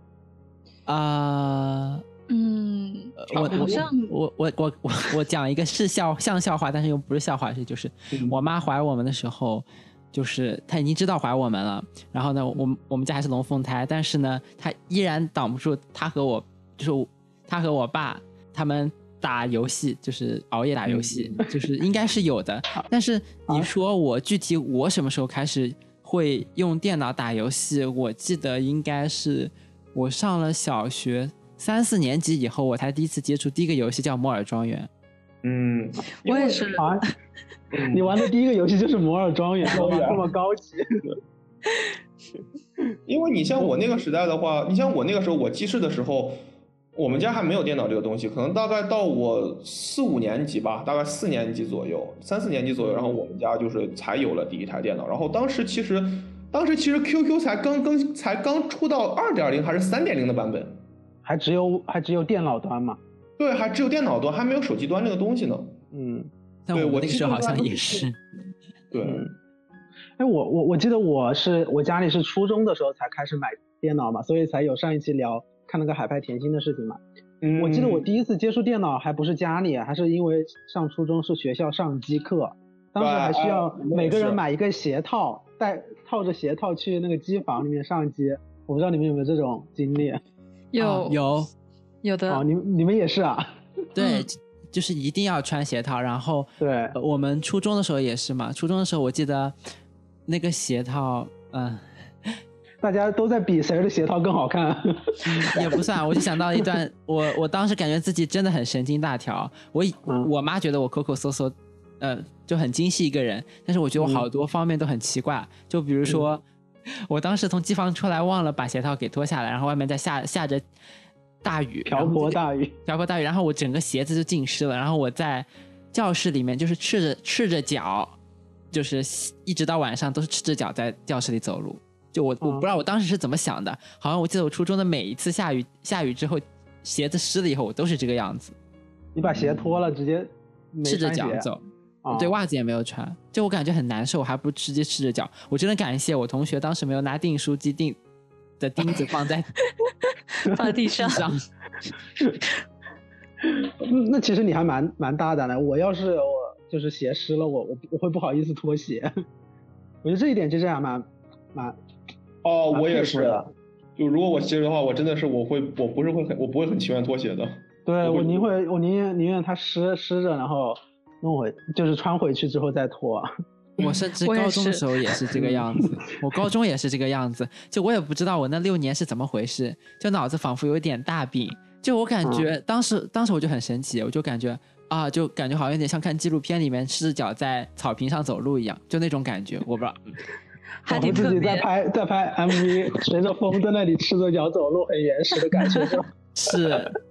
A: 啊。
D: 嗯，
A: 我我
E: 差不多
D: 像
A: 我我我我我讲一个是笑像笑话，但是又不是笑话，是就是
E: 嗯
A: 我妈怀我们的时候，就是她已经知道怀我们了，然后呢，我们我们家还是龙凤胎，但是呢，她依然挡不住她和我，就是她和我爸他们打游戏，就是熬夜打游戏，就是应该是有的。但是你说我具体我什么时候开始会用电脑打游戏，我记得应该是我上了小学三四年级以后，我才第一次接触第一个游戏叫《摩尔庄园》。
E: 嗯，
D: 我也是，
C: 啊，
E: 嗯
C: 你玩的第一个游戏就是摩尔庄园，
E: 庄园
C: 这么高级。
E: 因为你像我那个时代的话，你像我那个时候我记事的时候，我们家还没有电脑这个东西，可能大概到我四五年级吧，大概四年级左右，三四年级左右，然后我们家就是才有了第一台电脑。然后当时其实，当时其实 Q Q 才刚更才刚出到二点零还是三点零的版本，
C: 还只有还只有电脑端嘛。
E: 对，还只有电脑端，还没有手机端这个东西呢。
C: 嗯，
A: 但我们
E: 对我
A: 那个时候好像也
E: 记
A: 是
E: 得，对，
C: 嗯哎，我我我记得我是我家里是初中的时候才开始买电脑嘛，所以才有上一期聊看那个海派甜心的事情嘛。
E: 嗯
C: 我记得我第一次接触电脑还不是家里，还是因为上初中是学校上机课，当时还需要
E: 对哎
C: 每个
E: 是
C: 人买一个鞋套，带套着鞋套去那个机房里面上机。我不知道你们有没有这种经历？
D: 有、
A: 啊有
D: 有的，
C: 哦，你们你们也是啊？
A: 对，
D: 嗯
A: 就是一定要穿鞋套。然后
C: 对
A: 呃我们初中的时候也是嘛，初中的时候我记得那个鞋套，嗯、
C: 大家都在比谁的鞋套更好看。
A: 也不算，我就想到一段，我我当时感觉自己真的很神经大条。我以、
C: 嗯
A: 我妈觉得我抠抠搜搜，呃，就很精细一个人，但是我觉得我好多方面都很奇怪。就比如说，我当时从机房出来忘了把鞋套给脱下来，然后外面在下下着大雨，
C: 瓢泼大雨，
A: 瓢泼大雨，然后我整个鞋子就浸湿了，然后我在教室里面就是赤着赤着脚，就是一直到晚上都是赤着脚在教室里走路。就我我不知道我当时是怎么想的，好像我记得我初中的每一次下雨下雨之后，鞋子湿了以后，我都是这个样子，
C: 你把鞋脱了，直接没
A: 赤着
C: 穿鞋
A: 脚走。
C: 啊
A: 对，袜子也没有穿，就我感觉很难受，我还不如直接赤着脚。我真的感谢我同学当时没有拿订书机钉的钉子放在
D: 放在地上。
A: 上。
C: 嗯那其实你还蛮蛮大胆的。我要是我就是鞋湿了，我我我会不好意思脱鞋。我觉得这一点其实还蛮蛮
E: 哦，我也是
C: 蛮佩服的。
E: 就如果我骑着的话，我真的是我会，我不是会很，我不会很情愿脱鞋的。
C: 对
E: 我会
C: 我宁会我宁愿宁愿它湿湿着，然后弄回就是穿回去之后再脱。
A: 我甚至高中的时候也是这个样子，我高中也是这个样子，就我也不知道我那六年是怎么回事，就脑子仿佛有点大病，就我感觉当时、嗯、当时我就很神奇，我就感觉啊，就感觉好像有点像看纪录片里面赤脚在草坪上走路一样，就那种感觉，我不知道。
D: 还挺特别。
C: 自己在拍在拍 M V， 随着风在那里赤着脚走路，很原始的感觉。
A: 是。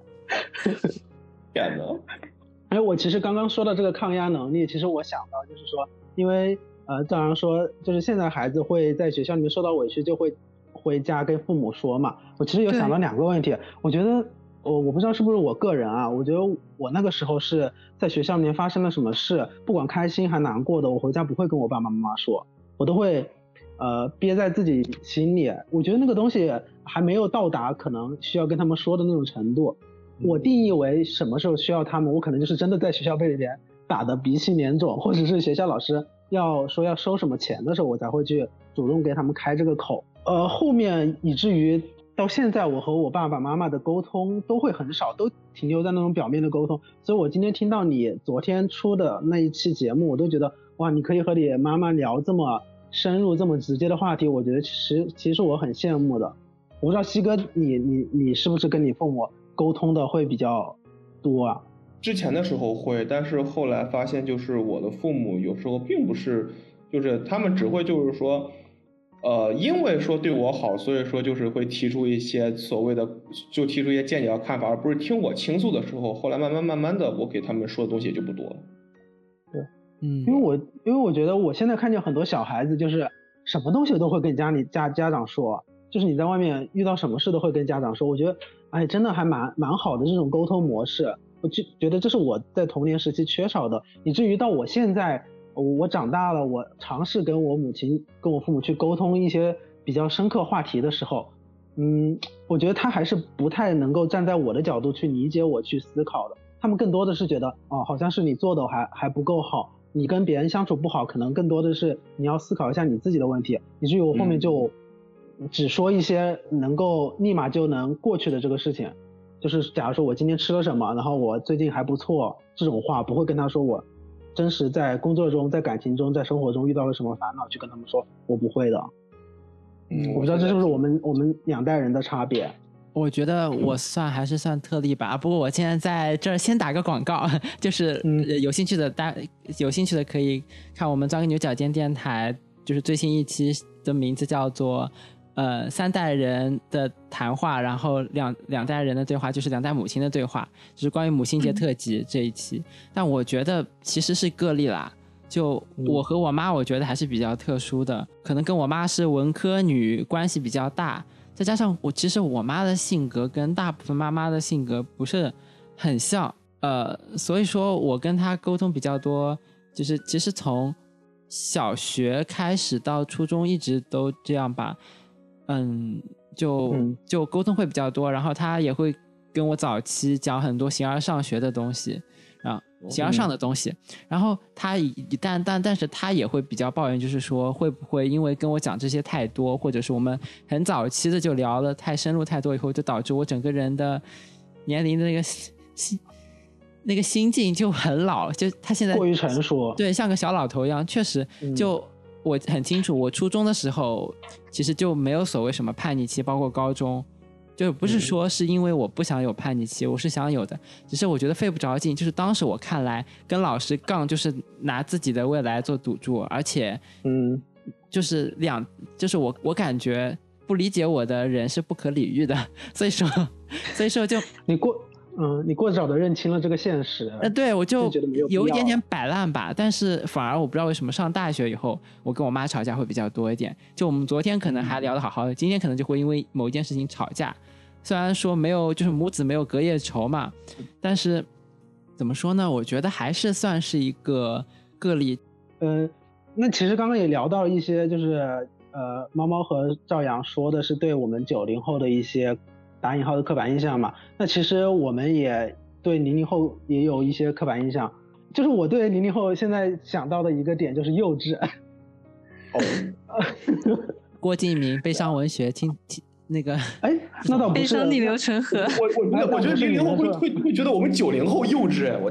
E: 天哪！
C: 哎，我其实刚刚说到这个抗压能力，其实我想到就是说，因为呃，照常说，就是现在孩子会在学校里面受到委屈，就会回家跟父母说嘛。我其实有想到两个问题，我觉得我我不知道是不是我个人啊，我觉得我那个时候是在学校里面发生了什么事，不管开心还难过的，我回家不会跟我爸爸妈妈说，我都会呃憋在自己心里。我觉得那个东西还没有到达可能需要跟他们说的那种程度。我定义为什么时候需要他们，我可能就是真的在学校被里边打得鼻青脸肿，或者是学校老师要说要收什么钱的时候，我才会去主动给他们开这个口。呃，后面以至于到现在我和我爸爸妈妈的沟通都会很少，都停留在那种表面的沟通。所以我今天听到你昨天出的那一期节目，我都觉得哇，你可以和你妈妈聊这么深入这么直接的话题，我觉得其实其实我很羡慕的。我不知道西哥你你你是不是跟你父母沟通的会比较多啊？
E: 之前的时候会，但是后来发现就是我的父母有时候并不是，就是他们只会就是说呃，因为说对我好，所以说就是会提出一些所谓的就提出一些见解和看法，而不是听我倾诉的时候。后来慢慢慢慢的我给他们说的东西也就不多了。
C: 对，嗯，因为我因为我觉得我现在看见很多小孩子就是什么东西都会跟家里家家长说，就是你在外面遇到什么事都会跟家长说，我觉得哎，真的还蛮蛮好的这种沟通模式，我就觉得这是我在童年时期缺少的，以至于到我现在我长大了，我尝试跟我母亲跟我父母去沟通一些比较深刻话题的时候，嗯，我觉得他还是不太能够站在我的角度去理解我去思考的，他们更多的是觉得哦，好像是你做的还还不够好，你跟别人相处不好，可能更多的是你要思考一下你自己的问题，以至于我后面就只说一些能够立马就能过去的这个事情，就是假如说我今天吃了什么，然后我最近还不错，这种话不会跟他说我真实在工作中在感情中在生活中遇到了什么烦恼去跟他们说，我不会的。嗯，我不知道这是不是我们我们两代人的差别。
A: 我觉得我算还是算特例吧，不过我现在在这儿先打个广告，就是有兴趣的大有兴趣的可以看我们钻个牛角尖电台，就是最新一期的名字叫做呃三代人的谈话，然后两两代人的对话，就是两代母亲的对话，就是关于母亲节特辑这一期。但我觉得其实是个例啦，就我和我妈我觉得还是比较特殊的，可能跟我妈是文科女关系比较大，再加上我其实我妈的性格跟大部分妈妈的性格不是很像，呃，所以说我跟她沟通比较多，就是其实从小学开始到初中一直都这样吧，嗯，就就沟通会比较多，然后她也会跟我早期讲很多形而上学的东西啊，形而上的东西，然后他但但但是他也会比较抱怨，就是说会不会因为跟我讲这些太多，或者是我们很早期的就聊了太深入太多以后，就导致我整个人的年龄的那个心那个心境就很老，就他现在
C: 过于成熟，
A: 对，像个小老头一样，确实就。嗯，我很清楚，我初中的时候其实就没有所谓什么叛逆期，包括高中。就不是说是因为我不想有叛逆期，我是想有的，只是我觉得费不着劲，就是当时我看来跟老师杠就是拿自己的未来做赌注，而且嗯，就是两就是我我感觉不理解我的人是不可理喻的，所以说所以说就
C: 你过嗯你过早的认清了这个现实，
A: 呃对，我就有一点点摆烂吧，但是反而我不知道为什么上大学以后我跟我妈吵架会比较多一点，就我们昨天可能还聊得好好的，今天可能就会因为某一件事情吵架，虽然说没有就是母子没有隔夜仇嘛，但是怎么说呢，我觉得还是算是一个个例。
C: 嗯、呃，那其实刚刚也聊到一些就是呃猫猫和赵阳说的是对我们九零后的一些打引号的刻板印象嘛，那其实我们也对零零后也有一些刻板印象，就是我对零零后现在想到的一个点就是幼稚。
E: 哦，
A: 郭敬明悲伤文学听听那个，
C: 哎，那倒不是，
D: 悲伤逆流成河。
E: 我我我我觉得零零后会会会觉得我们九零后幼稚，哎，我天。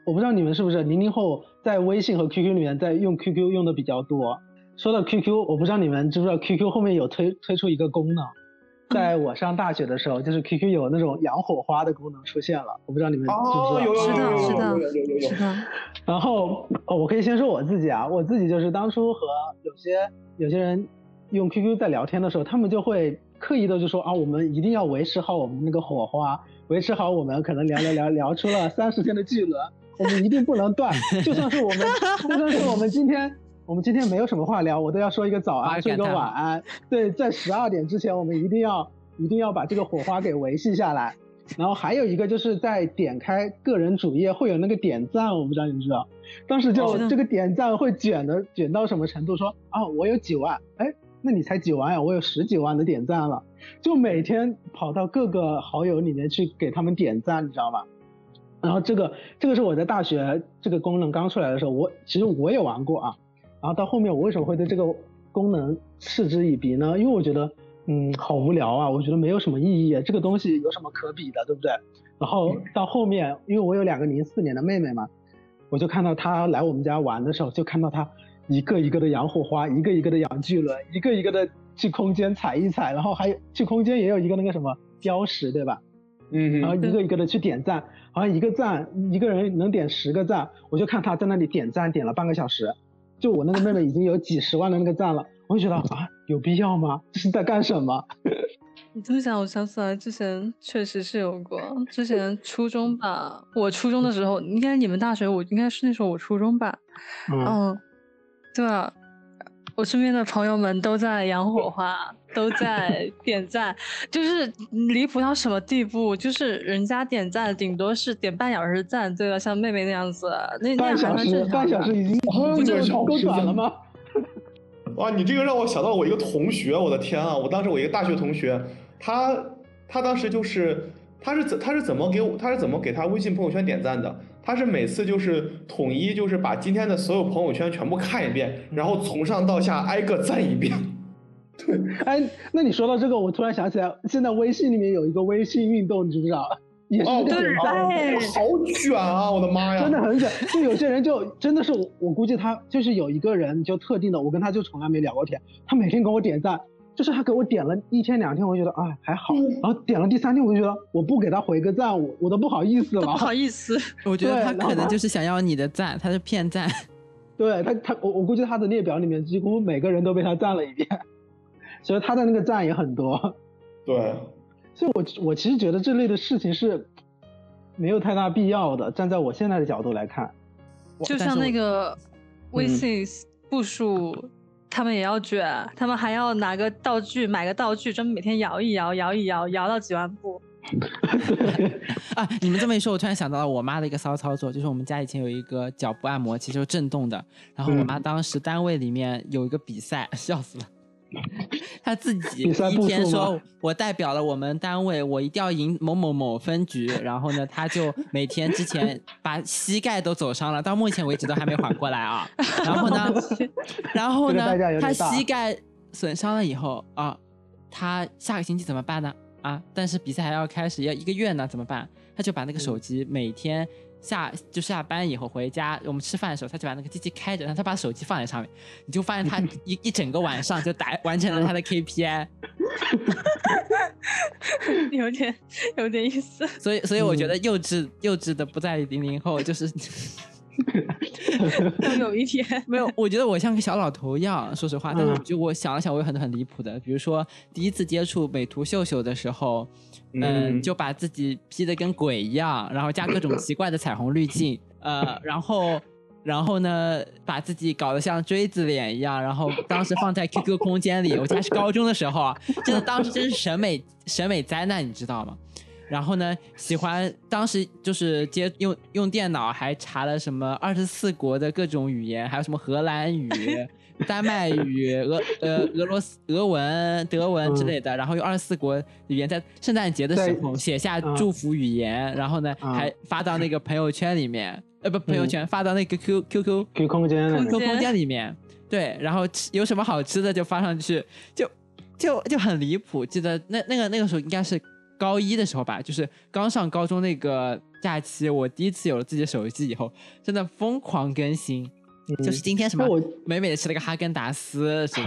C: 我不知道你们是不是零零后在微信和 Q Q 里面在用 Q Q 用的比较多。说到 Q Q， 我不知道你们知不知道 Q Q 后面有推推出一个功能，在我上大学的时候，就是 Q Q 有那种养火花的功能出现了，我不知道你们知不知道？
E: 哦，有有有有有有
D: 是的
E: 有有有有。
D: 是的。
C: 然后、哦、我可以先说我自己啊，我自己就是当初和有些有些人用 Q Q 在聊天的时候，他们就会刻意的就说啊，我们一定要维持好我们那个火花，维持好我们可能聊聊聊聊出了三十天的巨轮，我们一定不能断，就算是我们就算是我们今天我们今天没有什么话聊，我都要说一个早安，说一个晚安。对，在十二点之前，我们一定要一定要把这个火花给维系下来。然后还有一个就是在点开个人主页会有那个点赞，我不知道你们知道，当时就、哦、这个点赞会卷的卷到什么程度，说啊我有几万，哎，那你才几万呀，我有十几万的点赞了，就每天跑到各个好友里面去给他们点赞，你知道吗？然后这个这个是我在大学这个功能刚出来的时候，我其实我也玩过啊。然后到后面我为什么会对这个功能嗤之以鼻呢？因为我觉得嗯好无聊啊，我觉得没有什么意义，这个东西有什么可比的，对不对？然后到后面因为我有两个零四年的妹妹嘛，我就看到她来我们家玩的时候，就看到她一个一个的养火花，一个一个的养巨轮，一个一个的去空间踩一踩，然后还有去空间也有一个那个什么标识，对吧？嗯，然后一个一个的去点赞，好像一个赞一个人能点十个赞，我就看她在那里点赞点了半个小时，就我那个妹妹已经有几十万的那个赞了，我就觉得啊，有必要吗？这是在干什么？
D: 你这么想，我想起来之前确实是有过，之前初中吧，我初中的时候，应该你们大学，我应该是那时候我初中吧，嗯，嗯对啊，我身边的朋友们都在养火花，都在点赞，就是离谱到什么地步？就是人家点赞顶多是点半小时赞，对吧？像妹妹那样子，那那样还算正常。
C: 半小时已经不就够短了吗？
E: 哇，你这个让我想到我一个同学，我的天啊！我当时我一个大学同学，他他当时就是他是怎他是怎么给我他是怎么给他微信朋友圈点赞的？他是每次就是统一就是把今天的所有朋友圈全部看一遍，然后从上到下挨个赞一遍。对，
C: 哎，那你说到这个，我突然想起来，现在微信里面有一个微信运动，你知不知道？也是
E: 哦，
C: 点赞，
E: 哦，好卷啊！我的妈呀，
C: 真的很卷。就有些人就真的是我，我估计他就是有一个人就特定的，我跟他就从来没聊过天，他每天给我点赞，就是他给我点了一天两天，我就觉得啊还好，然后点了第三天，我就觉得我不给他回个赞，我我都不好意思了，
D: 不好意思。
A: 我觉得他可能就是想要你的赞，他是骗赞。
C: 对他，他我我估计他的列表里面几乎每个人都被他赞了一遍，所以他的那个赞也很多。
E: 对。
C: 所以我我其实觉得这类的事情是没有太大必要的，站在我现在的角度来看。
D: 就像那个微信步数、嗯、他们也要卷，他们还要拿个道具买个道具专门每天摇一摇摇一摇摇到几万步。
A: 啊，你们这么一说，我突然想到了我妈的一个骚操作，就是我们家以前有一个脚部按摩器，就是震动的，然后我妈当时单位里面有一个比赛，嗯、笑死了。他自己一天说，我代表了我们单位，我一定要赢某某某分局。然后呢，他就每天之前把膝盖都走伤了，到目前为止都还没缓过来啊。然后呢，然后呢，他膝盖损伤了以后啊，他下个星期怎么办呢？啊，但是比赛还要开始，要一个月呢，怎么办？他就把那个手机每天下就下班以后回家，我们吃饭的时候，他就把那个机器开着，然后他把手机放在上面，你就发现他一一整个晚上就打完成了他的 K P I。
D: 有点有点意思。
A: 所以所以我觉得幼稚、嗯、幼稚的不在于零零后，就是
D: 要有一天
A: 没有，我觉得我像个小老头一样，说实话。但是就我想了想，我有很多很离谱的，比如说第一次接触美图秀秀的时候，嗯，嗯就把自己 P 得跟鬼一样，然后加各种奇怪的彩虹滤镜，呃，然后然后呢，把自己搞得像锥子脸一样，然后当时放在 Q Q 空间里，我记得是高中的时候啊，真的当时真是审美审美灾难，你知道吗？然后呢，喜欢当时就是接用用电脑，还查了什么二十四国的各种语言，还有什么荷兰语、丹麦语、俄呃俄罗斯俄文、德文之类的，然后用二十四国语言在圣诞节的时候写下祝福语言，然后呢还发到那个朋友圈里面，呃不朋友圈发到那个 Q Q Q
C: Q 空间
A: Q 空间里面，对，然后有什么好吃的就发上去，就就就很离谱。记得那那个那个时候应该是高一的时候吧，就是刚上高中那个假期，我第一次有了自己的手机以后，真的疯狂更新。嗯、就是今天什么，美美的吃了个哈根达斯，是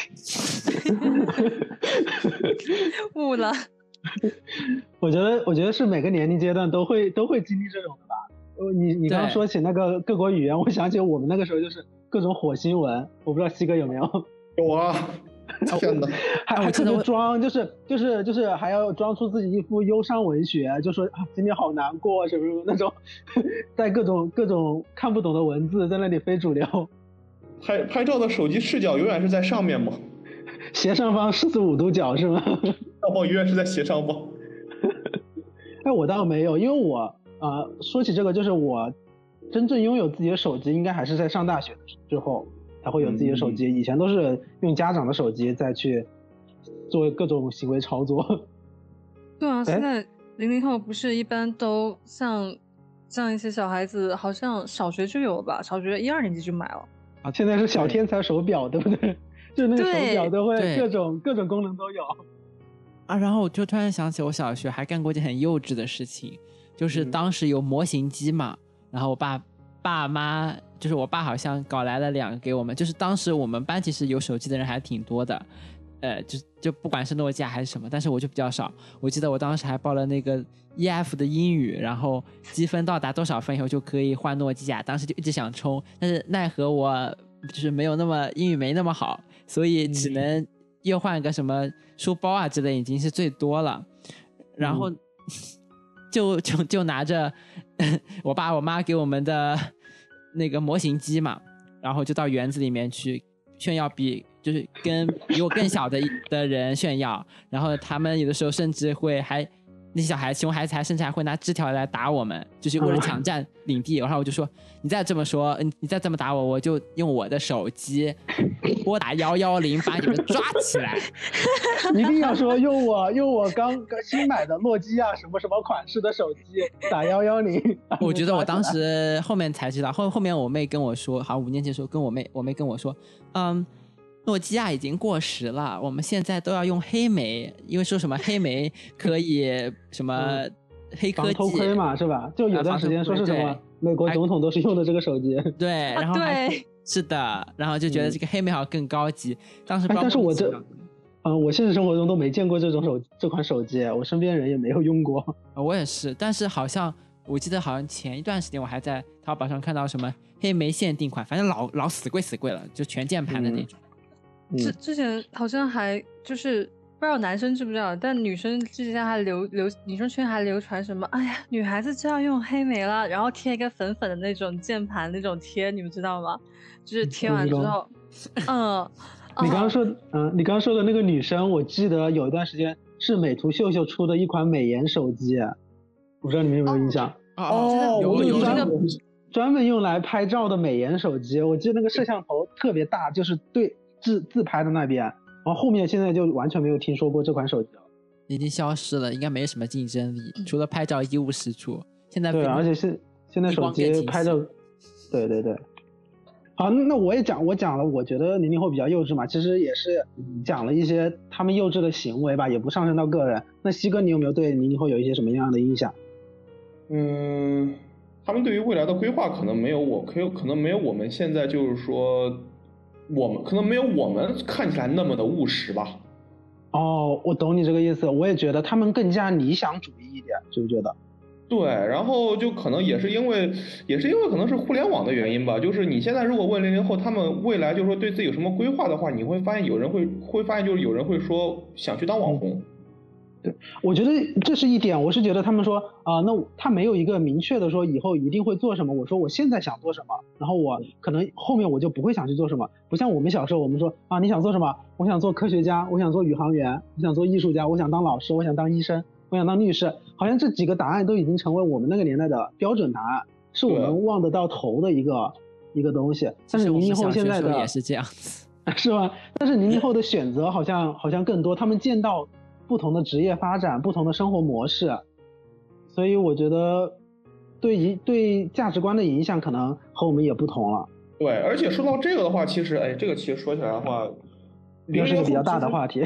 D: 悟了。
C: 我觉得，我觉得是每个年龄阶段都会都会经历这种的吧。你你刚刚说起那个各国语言，我想起我们那个时候就是各种火星文，我不知道西哥有没有？
E: 有啊。天哪，
C: 还还特别装，就是就是就是还要装出自己一副忧伤文学，就说啊今天好难过什么什么那种，在各种各种看不懂的文字在那里非主流。
E: 拍拍照的手机视角永远是在上面吗？
C: 斜上方四十五度角是吗？
E: 上方永远是在斜上方。
C: 哎，我倒没有，因为我呃说起这个，就是我真正拥有自己的手机，应该还是在上大学之后。才会有自己的手机、嗯、以前都是用家长的手机再去做各种行为操作。
D: 对啊，现在零零后不是一般都像像一些小孩子，好像小学就有了吧，小学一二年级就买了
C: 啊。现在是小天才手表， 对, 对不对？就那个手表都会各种各种功能都有
A: 啊。然后我就突然想起我小学还干过一件很幼稚的事情，就是当时有模型机嘛、嗯、然后我爸爸妈就是我爸好像搞来了两个给我们，就是当时我们班其实有手机的人还挺多的，呃，就就不管是诺基亚还是什么，但是我就比较少。我记得我当时还报了那个 E F 的英语，然后积分到达多少分以后就可以换诺基亚，当时就一直想冲，但是奈何我就是没有那么英语没那么好，所以只能又换个什么书包啊之类，已经是最多了。然后、嗯、就就就拿着我爸我妈给我们的那个模型机嘛，然后就到园子里面去炫耀，比就是跟比我更小的的人炫耀，然后他们有的时候甚至会还那些小孩熊孩子还甚至还会拿枝条来打我们，就是为了抢占领地、嗯、然后我就说你再这么说你再这么打我，我就用我的手机拨打一一零把你们抓起来。
C: 一定要说用我用我刚刚新买的诺基亚什么什么款式的手机打一一零。
A: 我觉得我当时后面才知道，后后面我妹跟我说，好像五年级的时候跟我妹我妹跟我说，嗯，诺基亚已经过时了，我们现在都要用黑莓，因为说什么黑莓可以什么黑科技、
C: 防偷窥嘛，是吧？就有段时间说是什么美国总统都是用的这个手机。
A: 对，然后还、啊、对是的，然后就觉得这个黑莓好像更高级。嗯、当时不知道、哎、
C: 但是我这嗯，我现实生活中都没见过这种手这款手机，我身边人也没有用过。
A: 我也是，但是好像我记得好像前一段时间我还在淘宝上看到什么黑莓限定款，反正老老死贵死贵了，就全键盘的那种。
D: 嗯、之之前好像还就是不知道男生知不知道，但女生之前还流流女生圈还流传什么，哎呀，女孩子就要用黑莓了，然后贴一个粉粉的那种键盘那种贴，你们知道吗？就是贴完之后，嗯。
C: 你刚刚说，嗯，你刚刚说的那个女生，我记得有一段时间是美图秀秀出的一款美颜手机，我不知道你们有没有印象？
A: 哦，有有
C: 专门专门用来拍照的美颜手机，我记得那个摄像头特别大，就是对自自拍的那边，然后后面现在就完全没有听说过这款手机了，
A: 已经消失了，应该没什么竞争力，除了拍照一无是处。现在
C: 对，而且是现在手机拍照，对对对。好，那我也讲，我讲了，我觉得零零后比较幼稚嘛，其实也是讲了一些他们幼稚的行为吧，也不上升到个人。那西哥，你有没有对零零后有一些什么样的印象？
E: 嗯，他们对于未来的规划可能没有我，可有可能没有我们现在就是说，我们可能没有我们看起来那么的务实吧。
C: 哦，我懂你这个意思，我也觉得他们更加理想主义一点，是不是觉得？
E: 对，然后就可能也是因为，也是因为可能是互联网的原因吧。就是你现在如果问零零后，他们未来就是说对自己有什么规划的话，你会发现有人会会发现就是有人会说想去当网红。
C: 对，我觉得这是一点。我是觉得他们说啊、呃，那他没有一个明确的说以后一定会做什么。我说我现在想做什么，然后我可能后面我就不会想去做什么。不像我们小时候，我们说啊，你想做什么？我想做科学家，我想做宇航员，我想做艺术家，我想当老师，我想当医生，我想当律师。好像这几个答案都已经成为我们那个年代的标准答案，是我们望得到头的一个一个东西。但是零零后现在的
A: 也是这样子，
C: 是吧？但是零零后的选择好像好像更多，他们见到不同的职业发展，不同的生活模式，所以我觉得对一对价值观的影响可能和我们也不同了。
E: 对，而且说到这个的话，其实哎，这个其实说起来的话，
C: 那是个比较大的话题。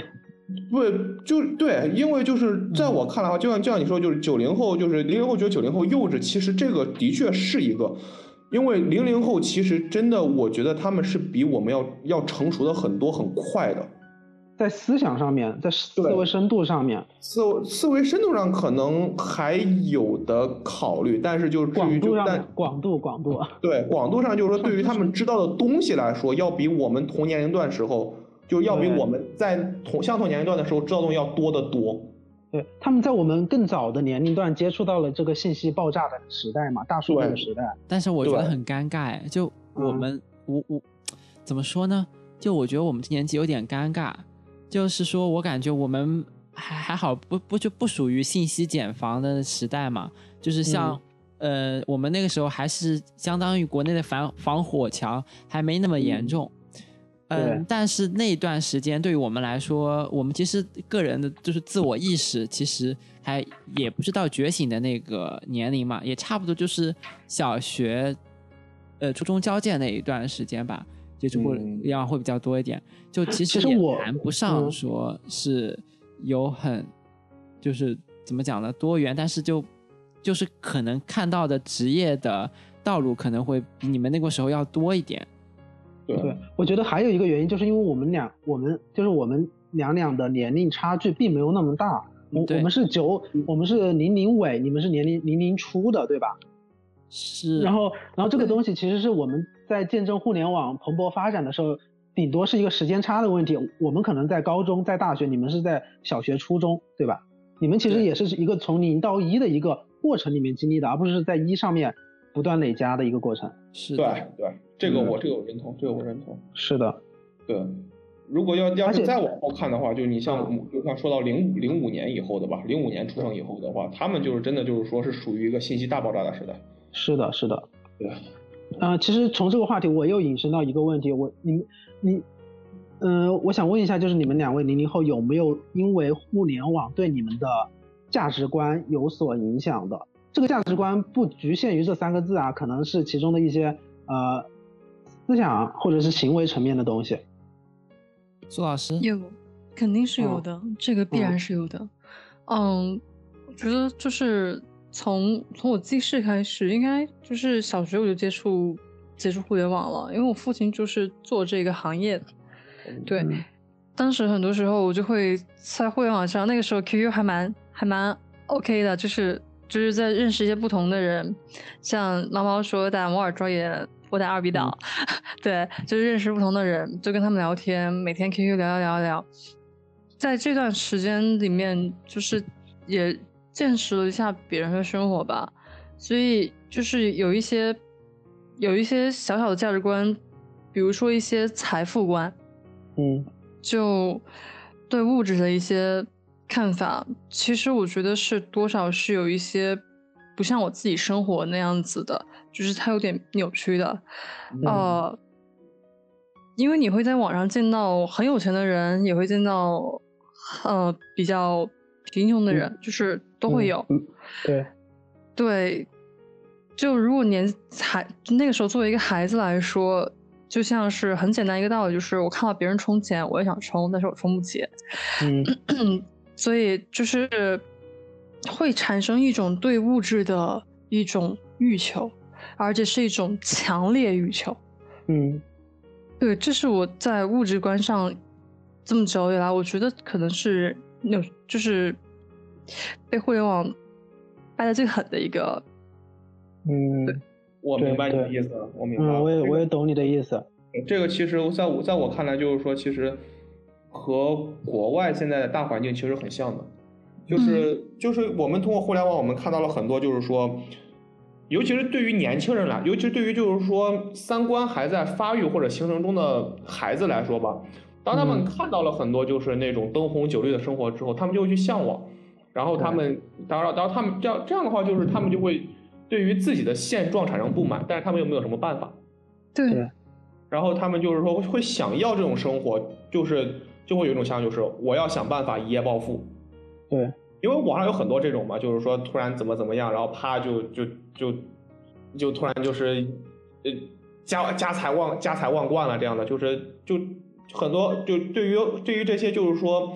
E: 不就对，因为就是在我看来的话，就像就像你说，就是九零后，就是零零后觉得九零后幼稚，其实这个的确是一个，因为零零后其实真的，我觉得他们是比我们要要成熟的很多很快的，
C: 在思想上面，在思维深度上面，
E: 思思维深度上可能还有的考虑，但是就是
C: 广度上面，广度广度，
E: 对广度上就是说，对于他们知道的东西来说，要比我们同年龄段时候。就要比我们在同相同年龄段的时候知道的东西要多得多。
C: 对，他们在我们更早的年龄段接触到了这个信息爆炸的时代嘛，大数据的时代。
A: 但是我觉得很尴尬，就我们、嗯、我我怎么说呢？就我觉得我们这年纪有点尴尬，就是说我感觉我们还还好不不就不属于信息茧房的时代嘛，就是像、嗯、呃我们那个时候还是相当于国内的防防火墙还没那么严重。嗯嗯，但是那一段时间对于我们来说，我们其实个人的就是自我意识其实还也不是到觉醒的那个年龄嘛，也差不多就是小学呃初中交界那一段时间吧，接触互联网会比较多一点、嗯、就其实也谈不上说是有很就是怎么讲呢多元，但是就就是可能看到的职业的道路可能会比你们那个时候要多一点。
C: 对，我觉得还有一个原因，就是因为我们俩，我们就是我们两两的年龄差距并没有那么大。我我们是九，我们是零零尾，你们是年龄零零初的，对吧？
A: 是。
C: 然后，然后这个东西其实是我们在见证互联网蓬勃发展的时候，顶多是一个时间差的问题。我们可能在高中，在大学，你们是在小学、初中，对吧？你们其实也是一个从零到一的一个过程里面经历的，而不是在一上面不断累加的一个过程。
A: 是。
E: 对对。这个我这个我认同，这个我认同。
C: 是的，
E: 对。如果要要是再往后看的话，就你像就像说到零五零五年以后的吧，零五年出生以后的话，他们就是真的就是说是属于一个信息大爆炸的时代。
C: 是的，是的。
E: 对。
C: 呃，其实从这个话题我又引申到一个问题，我你你，呃，我想问一下，就是你们两位零零后有没有因为互联网对你们的价值观有所影响的？这个价值观不局限于这三个字啊，可能是其中的一些呃。思想或者是行为层面的东西。
A: 苏老师
D: 有，肯定是有的、哦、这个必然是有的。嗯, 嗯我觉得就是从从我记事开始，应该就是小学我就接触接触互联网了，因为我父亲就是做这个行业的。对、嗯、当时很多时候我就会在互联网上，那个时候 Q Q 还蛮还蛮 OK 的，就是就是在认识一些不同的人，像猫猫说打摩尔庄园，我在二比岛、嗯、对，就是认识不同的人，就跟他们聊天，每天 Q Q 聊聊聊聊。在这段时间里面就是也见识了一下别人的生活吧，所以就是有一些有一些小小的价值观，比如说一些财富观，
C: 嗯，
D: 就对物质的一些看法，其实我觉得是多少是有一些不像我自己生活那样子的，就是它有点扭曲的、嗯、呃，因为你会在网上见到很有钱的人，也会见到呃比较贫穷的人、嗯、就是都会有、
C: 嗯、对
D: 对，就如果年孩那个时候作为一个孩子来说，就像是很简单一个道理，就是我看到别人充钱我也想充，但是我充不起，
C: 嗯
D: 所以就是会产生一种对物质的一种欲求，而且是一种强烈欲求。
C: 嗯，
D: 对，这是我在物质观上这么久以来，我觉得可能是有就是被互联网掰得最狠的一个。
C: 嗯，
D: 对，
E: 我明白你的意思了，我明白了、
C: 嗯、我也我也懂你的意思。
E: 这个其实在我在我看来，就是说，其实和国外现在的大环境其实很像的，就是、嗯、就是我们通过互联网，我们看到了很多，就是说，尤其是对于年轻人来，尤其是对于就是说三观还在发育或者形成中的孩子来说吧，当他们看到了很多就是那种灯红酒绿的生活之后，他们就会去向往，然后他们当然，当然他们这样这样的话，就是他们就会对于自己的现状产生不满，但是他们又没有什么办法。
D: 对。
E: 然后他们就是说会想要这种生活，就是就会有一种想法，就是我要想办法一夜暴富。
C: 对，
E: 因为网上有很多这种嘛，就是说突然怎么怎么样，然后啪就就就就突然就是呃家家财万家财万贯了这样的，就是就很多就对于对于这些就是说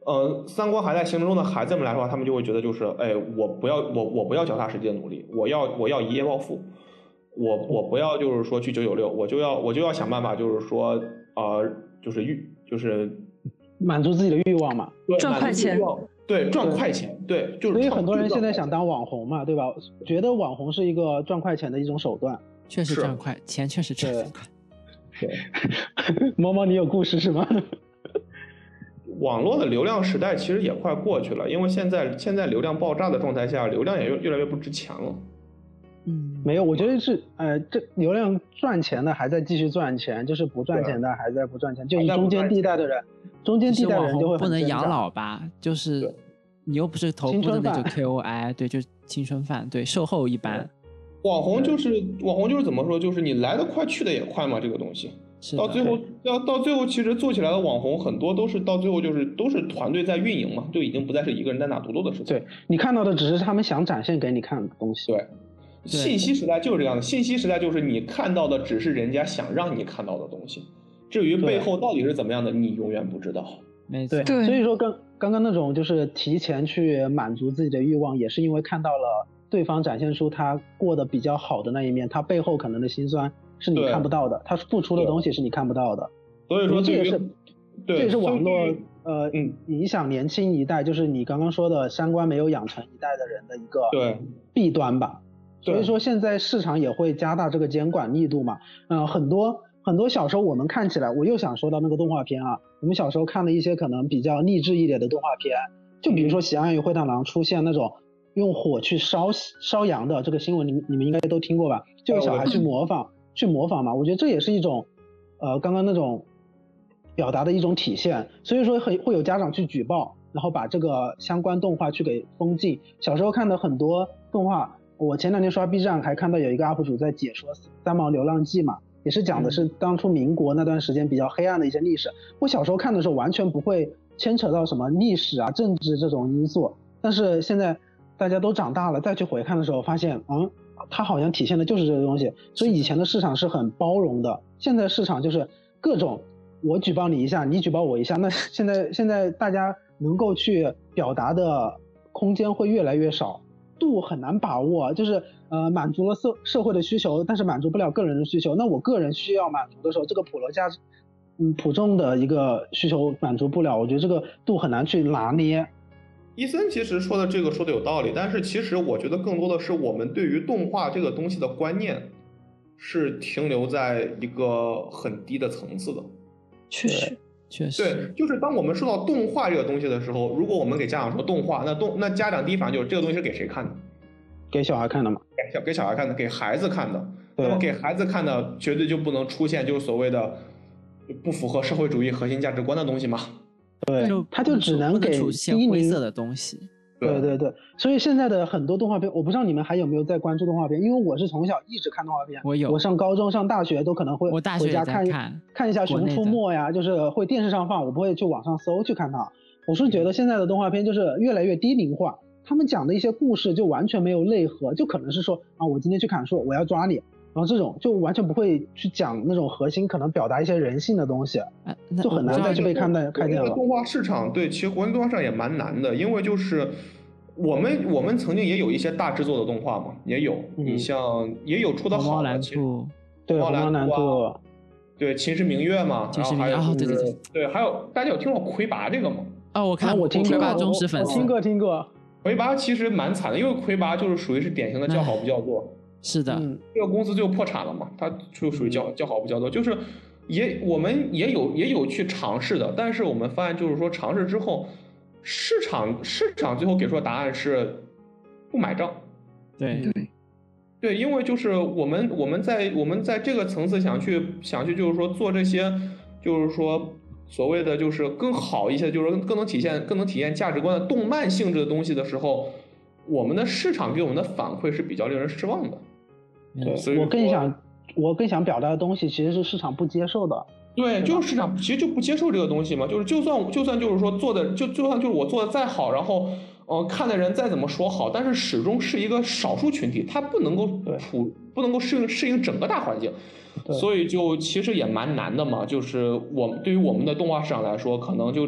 E: 呃，三观还在形成中的孩子们来说，他们就会觉得就是，哎，我不要我我不要脚踏实地的努力，我要我要一夜暴富，我我不要就是说去九九六，我就要我就要想办法就是说呃就是欲就是
C: 满足自己的欲望嘛，
D: 赚快钱，
E: 对，赚快钱，对，就是。
C: 所以很多人现在想当网红嘛，对吧？觉得网红是一个赚快钱的一种手段，
A: 确实赚快钱，确实赚快。
C: 对，猫猫，你有故事是吗？
E: 网络的流量时代其实也快过去了，因为现在现在流量爆炸的状态下，流量也越越来越不值钱了。
C: 嗯，没有，我觉得是呃，这流量赚钱的还在继续赚钱，就是不赚钱的还在不赚钱，就是中间地带的人，中间地带的人就会
A: 不能养老吧？就是你又不是头部的那种 K O I， 对，就是青春饭，对，售后一般。
E: 网红就是网红就是怎么说？就是你来得快，去得也快嘛，这个东西。到最后，到到最后，其实做起来的网红很多都是到最后就是都是团队在运营嘛，就已经不再是一个人单打独斗的事情。
C: 对，你看到的只是他们想展现给你看的东西。
E: 对。信息时代就是这样的，信息时代就是你看到的只是人家想让你看到的东西，至于背后到底是怎么样的，你永远不知道。
A: 没错，
C: 对，所以说刚刚刚那种就是提前去满足自己的欲望，也是因为看到了对方展现出他过得比较好的那一面，他背后可能的辛酸是你看不到的，他付出的东西是你看不到的。
E: 所以说
C: 这也是
E: 对，
C: 这也是网络呃嗯影响年轻一代，就是你刚刚说的三观没有养成一代的人的一个
E: 对
C: 弊端吧。所以说现在市场也会加大这个监管力度嘛，呃，很多很多小时候我们看起来，我又想说到那个动画片啊，我们小时候看的一些可能比较励志一点的动画片，就比如说《喜羊羊与灰太狼》出现那种用火去烧烧羊的这个新闻，你们你们应该都听过吧？就有小孩去模仿去模仿嘛，我觉得这也是一种呃刚刚那种表达的一种体现，所以说会会有家长去举报，然后把这个相关动画去给封禁。小时候看的很多动画。我前两天刷 B 站还看到有一个 U P 主在解说《三毛流浪记》嘛，也是讲的是当初民国那段时间比较黑暗的一些历史。我小时候看的时候完全不会牵扯到什么历史啊、政治这种因素，但是现在大家都长大了，再去回看的时候发现，嗯，它好像体现的就是这个东西。所以以前的市场是很包容的，现在市场就是各种我举报你一下，你举报我一下，那现在现在大家能够去表达的空间会越来越少。度很难把握，就是呃满足了社社会的需求，但是满足不了个人的需求。那我个人需要满足的时候，这个普罗价值，嗯普众的一个需求满足不了，我觉得这个度很难去拿捏。
E: 伊森其实说的这个说的有道理，但是其实我觉得更多的是我们对于动画这个东西的观念是停留在一个很低的层次的。
D: 确实。
A: 确实，
E: 对，就是当我们说到动画这个东西的时候，如果我们给家长说动画，那动那家长第一反应就是这个东西是给谁看的？
C: 给小孩看的嘛？
E: 给小给小孩看的，给孩子看的。那么给孩子看的，绝对就不能出现就是所谓的不符合社会主义核心价值观的东西嘛？
C: 对，他就只能给低
A: 灰色的东西。
C: 对对对，所以现在的很多动画片，我不知道你们还有没有在关注动画片，因为我是从小一直看动画片，
A: 我有，
C: 我上高中上大学都可能会
A: 我大学
C: 回家看
A: 看
C: 看一下《熊出没》呀，就是会电视上放，我不会去网上搜去看它。我是觉得现在的动画片就是越来越低龄化，他们讲的一些故事就完全没有内核，就可能是说啊，我今天去砍树，我要抓你，然后这种就完全不会去讲那种核心，可能表达一些人性的东西，
A: 啊、
C: 就很难再去被看待看见了。
E: 动画市场对，其实国内动画市场也蛮难的，因为就是我们我们曾经也有一些大制作的动画嘛，也有，
C: 嗯、
E: 你像也有出的好的，其实
C: 对，红毛蓝兔，
E: 对，秦时明月嘛，
A: 秦时
E: 明月，
A: 哦，对对对，
E: 对，还有大家有听过魁拔这个吗？
A: 哦，我看、
C: 啊、我听过，
A: 魁拔忠实粉丝，
C: 听过听过。
E: 魁拔其实蛮惨的，因为魁拔就是属于是典型的叫好不叫座，
A: 是的、
C: 嗯，
E: 这个公司就破产了嘛，它就属于叫叫好不叫座，就是也我们也有也有去尝试的，但是我们发现就是说尝试之后，市场市场最后给出的答案是不买账，
A: 对
D: 对
E: 对，因为就是我们我们在我们在这个层次想去想去就是说做这些就是说所谓的就是更好一些，就是说更能体现更能体现价值观的动漫性质的东西的时候，我们的市场给我们的反馈是比较令人失望的。
C: 对，
E: 所以
C: 我更想我更想表达的东西其实是市场不接受的。
E: 对，就是市场其实就不接受这个东西嘛，就是就算就算就是说做的就就算就是我做的再好，然后呃看的人再怎么说好，但是始终是一个少数群体，它不能够普不能够适应适应整个大环境，所以就其实也蛮难的嘛。就是我们对于我们的动画市场来说，可能就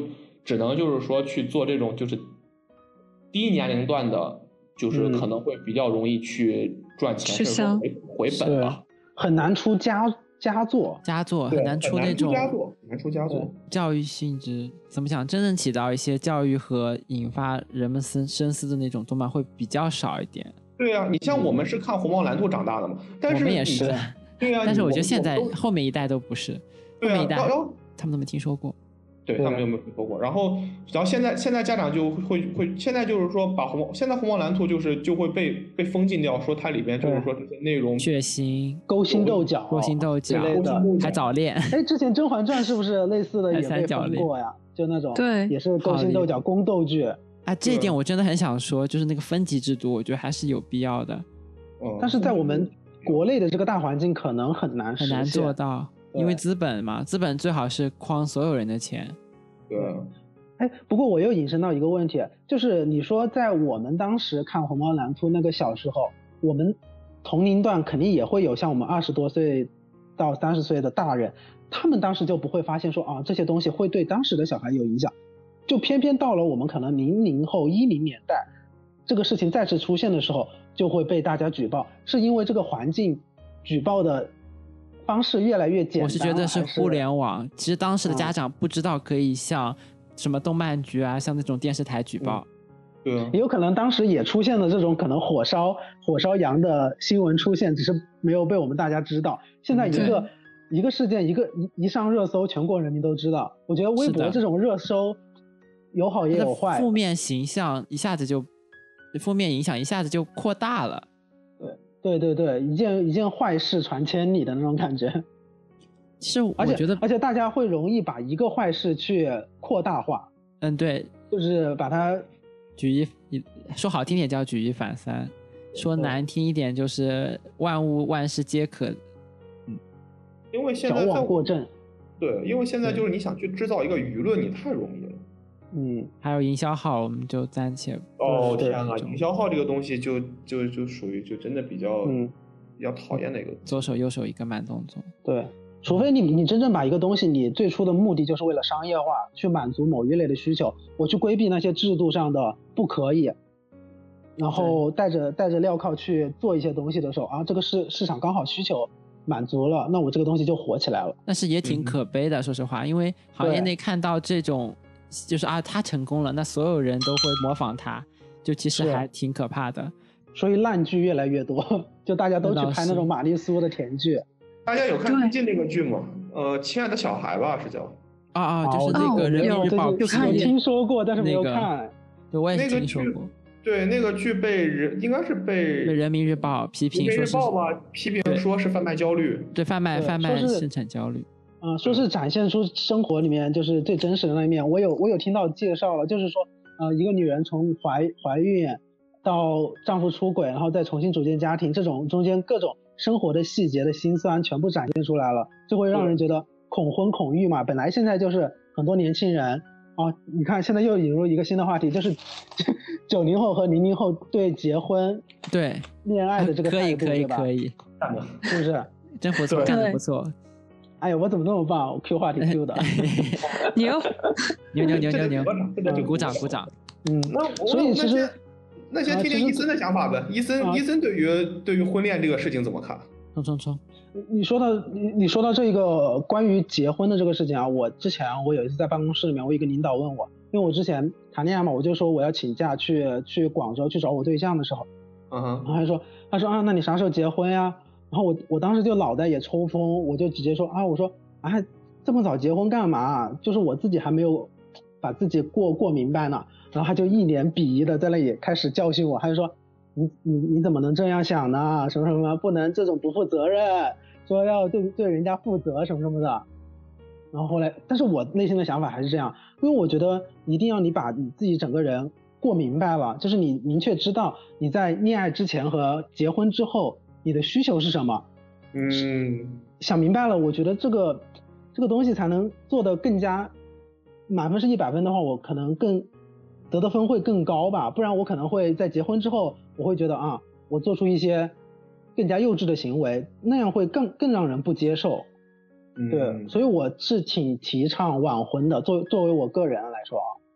E: 只能就是说去做这种就是低年龄段的，就是可能会比较容易去赚钱，
D: 吃香
E: 回回本吧。
C: 很难出佳佳作，
A: 佳作
E: 对
A: 很难出那种
E: 佳作，很难出佳作。
A: 教育性质怎么讲，真正起到一些教育和引发人们深深思的那种动漫会比较少一点。
E: 对啊，你像我们是看《虹猫蓝兔》长大的嘛，但是
A: 我们也是。
E: 对啊，
A: 但是我觉得现在后面一代都不是，
E: 对啊，
A: 后面一代
E: 然后
A: 他们都没听说过。
E: 对他们有没有听说过？然后，然后现在现在家长就会会现在就是说把红现在红毛蓝兔就是就会被被封禁掉，说它里边就是说这些内容
A: 血腥、
C: 勾心斗角、
A: 勾心斗角
C: 之类的，
A: 还早恋。
C: 哎，之前《甄嬛传》是不是类似的也被封过呀？就那种
D: 对，
C: 也是勾心斗角、宫斗剧。
A: 啊，这一点我真的很想说，就是那个分级制度，我觉得还是有必要的。
E: 嗯，
C: 但是在我们国内的这个大环境，可能很难
A: 很难做到，因为资本嘛，资本最好是诓所有人的钱。
E: 对，
C: 哎，不过我又引申到一个问题，就是你说在我们当时看《虹猫蓝兔》那个小时候，我们同龄段肯定也会有像我们二十多岁到三十岁的大人，他们当时就不会发现说啊这些东西会对当时的小孩有影响，就偏偏到了我们可能零零后一零年代，这个事情再次出现的时候，就会被大家举报，是因为这个环境举报的方式越来越简单。
A: 我是觉得是互联网，其实当时的家长不知道可以像什么动漫局啊，像那种电视台举报。
E: 嗯对啊，
C: 也有可能当时也出现了这种可能火烧火烧羊的新闻出现，只是没有被我们大家知道。现在一个、嗯、一个事件一个一一上热搜，全国人民都知道。我觉得微博这种热搜有好也有坏，
A: 负面形象一下子就负面影响一下子就扩大了。
C: 对对对对，一件一件坏事传千里的那种感觉。
A: 其实我觉得，
C: 而且大家会容易把一个坏事去扩大化。
A: 嗯，对，
C: 就是把它
A: 举一说好听点叫举一反三，说难听一点就是万物万事皆可。
E: 嗯，因为现在
C: 矫枉过正。
E: 对，因为现在就是你想去制造一个舆论，你太容易了。
C: 嗯，
A: 还有营销号，我们就暂且。
E: 哦天啊，营销号这个东西就就就属于就真的比较嗯比较讨厌的一个。
A: 左手右手一个慢动作。
C: 对。除非你你真正把一个东西，你最初的目的就是为了商业化，去满足某一类的需求，我去规避那些制度上的不可以，然后带着带着镣铐去做一些东西的时候啊，这个市市场刚好需求满足了，那我这个东西就火起来了。
A: 但是也挺可悲的，嗯、说实话，因为行业内看到这种，就是啊他成功了，那所有人都会模仿他，就其实还挺可怕的。
C: 所以烂剧越来越多，就大家都去拍那种玛丽苏的甜剧。
E: 大家有看最近那个剧吗？呃，亲爱的小孩吧，是叫
A: 啊啊，就是那个人民日报，
C: 有看听说过，但是没有看。
A: 对，我也听说过。
E: 对，那个剧被人应该是被
A: 被人民日报批评，
E: 人民日报吧批评说是贩卖焦虑，
A: 对，贩卖贩卖生产焦虑。
C: 嗯，说是展现出生活里面就是最真实的那一面。我有我有听到介绍了，就是说呃，一个女人从怀怀孕到丈夫出轨，然后再重新组建家庭，这种中间各种生活的细节的辛酸全部展现出来了，就会让人觉得恐婚恐育嘛。本来现在就是很多年轻人啊，你看现在又引入一个新的话题，就是九零后和零零后对结婚、
A: 对
C: 恋爱的这个态度，
A: 可以可以
C: 对吧？
A: 可以，
C: 是不是？
A: 真不错，干得不错。
C: 哎呀，我怎么那么棒？我 Q 话题 Q 的，
D: 牛
A: 牛牛牛牛牛，鼓掌鼓掌。
C: 嗯，
E: 那
C: 所以其实。
E: 那先听听伊森的想法呗。伊森，伊森对于对于婚恋这个事情怎么看？
A: 冲冲冲！
C: 你说到你你说到这个关于结婚的这个事情啊，我之前我有一次在办公室里面，我一个领导问我，因为我之前谈恋爱嘛，我就说我要请假去去广州去找我对象的时候，
E: 嗯哼，
C: 然后他说他说啊，那你啥时候结婚呀？然后我我当时就脑袋也抽风，我就直接说啊，我说啊这么早结婚干嘛？就是我自己还没有把自己过过明白呢。然后他就一脸鄙夷的在那里开始教训我，他就说你你你怎么能这样想呢？什么什么不能这种不负责任，说要对对人家负责什么什么的。然后后来，但是我内心的想法还是这样，因为我觉得一定要你把你自己整个人过明白了，就是你明确知道你在恋爱之前和结婚之后你的需求是什么。
E: 嗯，
C: 想明白了，我觉得这个这个东西才能做得更加，满分是一百分的话，我可能更得的分会更高吧，不然我可能会在结婚之后，我会觉得啊，我做出一些更加幼稚的行为，那样会更更让人不接受。
E: 嗯、
C: 对，所以我是挺提倡晚婚的，作作为我个人来说啊。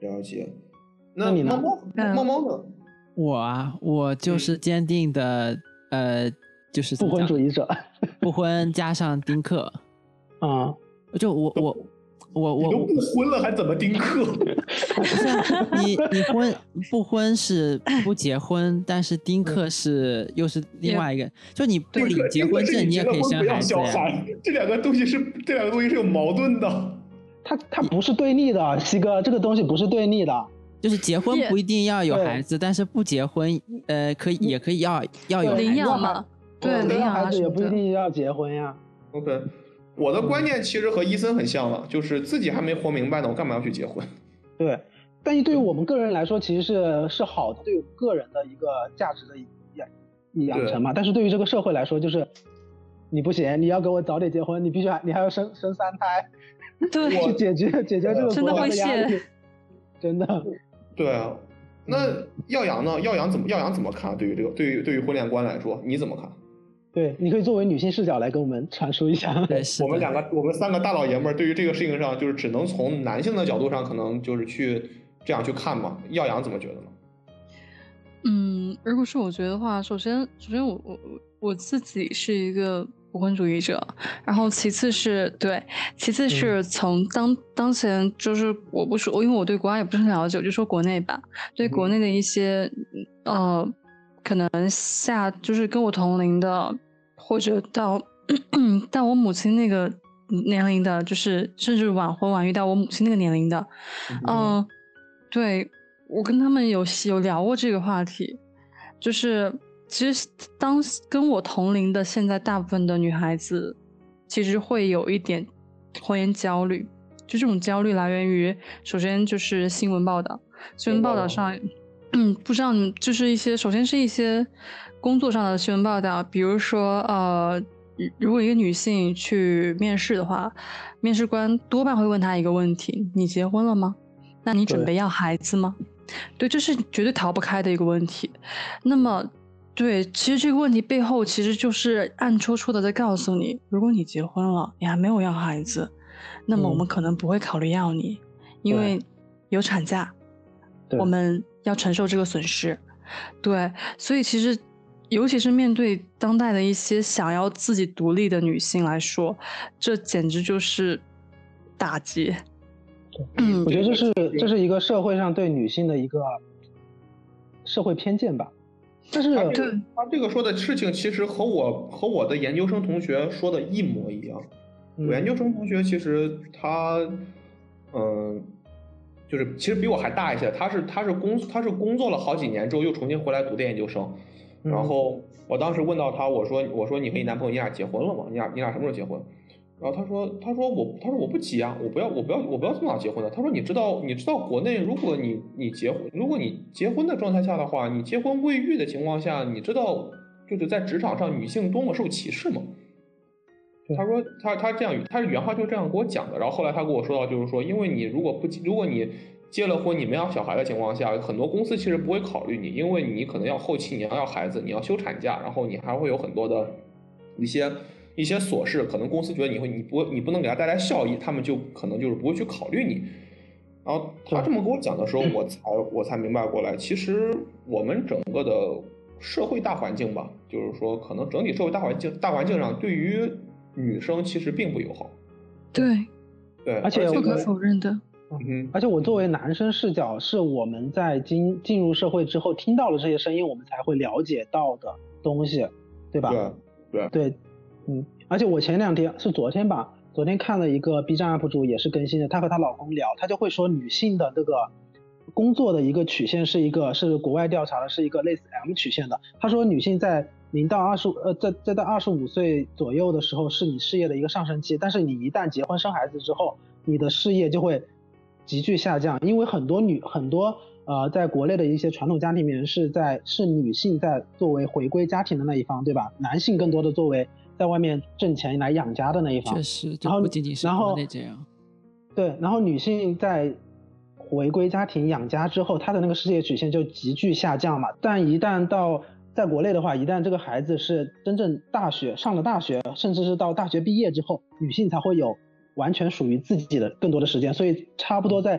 E: 了解。
C: 那你呢？
E: 猫猫猫猫呢？
A: 我啊，我就是坚定的，嗯、呃，就是
C: 不婚主义者，
A: 不婚加上丁克。
C: 啊、
A: 嗯，就我我我我
E: 你都不婚了还怎么丁克？
A: 不是你你婚不婚是不结婚，但是丁克是又是另外一个，就你不领结婚证，你也可以生孩子呀。
E: 这两个东西是这两个东西是有矛盾的。
C: 它它不是对立的，西哥，这个东西不是对立的。
A: 就是结婚不一定要有孩子，但是不结婚，呃，可以也可以要要有
D: 领养嘛，对，领养
C: 孩子也不一定要结婚呀。
E: OK， 我的观念其实和伊森很像了，就是自己还没活明白呢，我干嘛要去结婚？
C: 对，但是对于我们个人来说，其实是是好的，对于我们个人的一个价值的养养成嘛。但是对于这个社会来说，就是你不行，你要给我早点结婚，你必须还你还要生生三胎，
D: 对，
C: 去解决解决这个
D: 真的会
C: 压力，真的。
E: 对啊，那耀阳呢？耀阳怎么耀阳怎么看？对于这个，对于对于婚恋观来说，你怎么看？
C: 对，你可以作为女性视角来跟我们阐述一下。
A: 对，
E: 我们两个，我们三个大老爷们儿，对于这个事情上，就是只能从男性的角度上，可能就是去这样去看嘛。耀阳怎么觉得呢？
D: 嗯，如果是我觉得的话，首先，首先我我我自己是一个不婚主义者，然后其次是对，其次是从当、嗯、当前就是我不说，因为我对国外也不是很了解，我就说国内吧，对国内的一些、嗯、呃，可能下就是跟我同龄的，或者到到我母亲那个年龄的，就是甚至晚婚晚育到我母亲那个年龄的，嗯、呃，对。我跟他们有有聊过这个话题，就是其实当跟我同龄的现在大部分的女孩子，其实会有一点婚姻焦虑，就这种焦虑来源于，首先就是新闻报道，新闻报道上，嗯，不知道你就是一些，首先是一些工作上的新闻报道，比如说呃，如果一个女性去面试的话，面试官多半会问她一个问题：你结婚了吗？那你准备要孩子吗？对，这是绝对逃不开的一个问题。那么，对，其实这个问题背后其实就是暗戳戳的在告诉你，如果你结婚了，你还没有要孩子，那么我们可能不会考虑要你，嗯、因为有产假，我们要承受这个损失。对，所以其实，尤其是面对当代的一些想要自己独立的女性来说，这简直就是打击。
C: 嗯，我觉得这是这是一个社会上对女性的一个社会偏见吧。但是
E: 他这个他这个说的事情，其实和我和我的研究生同学说的一模一样。
C: 嗯、
E: 我研究生同学其实他，嗯、呃，就是其实比我还大一些。他是他是工他是工作了好几年之后又重新回来读的研究生。
C: 嗯、
E: 然后我当时问到他，我说我说你和你男朋友你俩结婚了吗？你俩你俩什么时候结婚？然后他说，他说我，他说我不急啊，我不要，我不要，我不要这么早结婚的。他说，你知道，你知道国内，如果你你结婚，如果你结婚的状态下的话，你结婚未育的情况下，你知道就是在职场上女性多么受歧视吗？他说他他这样，他是原话就这样跟我讲的。然后后来他跟我说到，就是说，因为你如果不，如果你结了婚，你没有小孩的情况下，很多公司其实不会考虑你，因为你可能要后期你要要孩子，你要休产假，然后你还会有很多的一些。一些琐事，可能公司觉得你会，你不，你不能给他带来效益，他们就可能就是不会去考虑你。然后他这么跟我讲的时候，我才我才明白过来，其实我们整个的社会大环境吧，就是说，可能整体社会大环境大环境上，对于女生其实并不友好。
D: 对，
E: 对，
C: 而且
D: 不可否认的。
C: 嗯，而且我作为男生视角，是我们在进进入社会之后听到了这些声音，我们才会了解到的东西，对吧？
E: 对对
C: 对。嗯，而且我前两天是昨天吧，昨天看了一个 B 站 U P 主也是更新的，她和她老公聊，她就会说女性的这个工作的一个曲线是一个是国外调查的，是一个类似 M 曲线的。她说女性在零到二十呃在在到二十五岁左右的时候是你事业的一个上升期，但是你一旦结婚生孩子之后，你的事业就会急剧下降，因为很多女很多呃在国内的一些传统家庭里面是在是女性在作为回归家庭的那一方，对吧？男性更多的作为在外面挣钱来养家的那一方。
A: 确实，然后不仅仅是国内这样。
C: 对，然后女性在回归家庭养家之后，她的那个事业曲线就急剧下降嘛。但一旦到在国内的话，一旦这个孩子是真正大学上了大学，甚至是到大学毕业之后，女性才会有完全属于自己的更多的时间。所以差不多在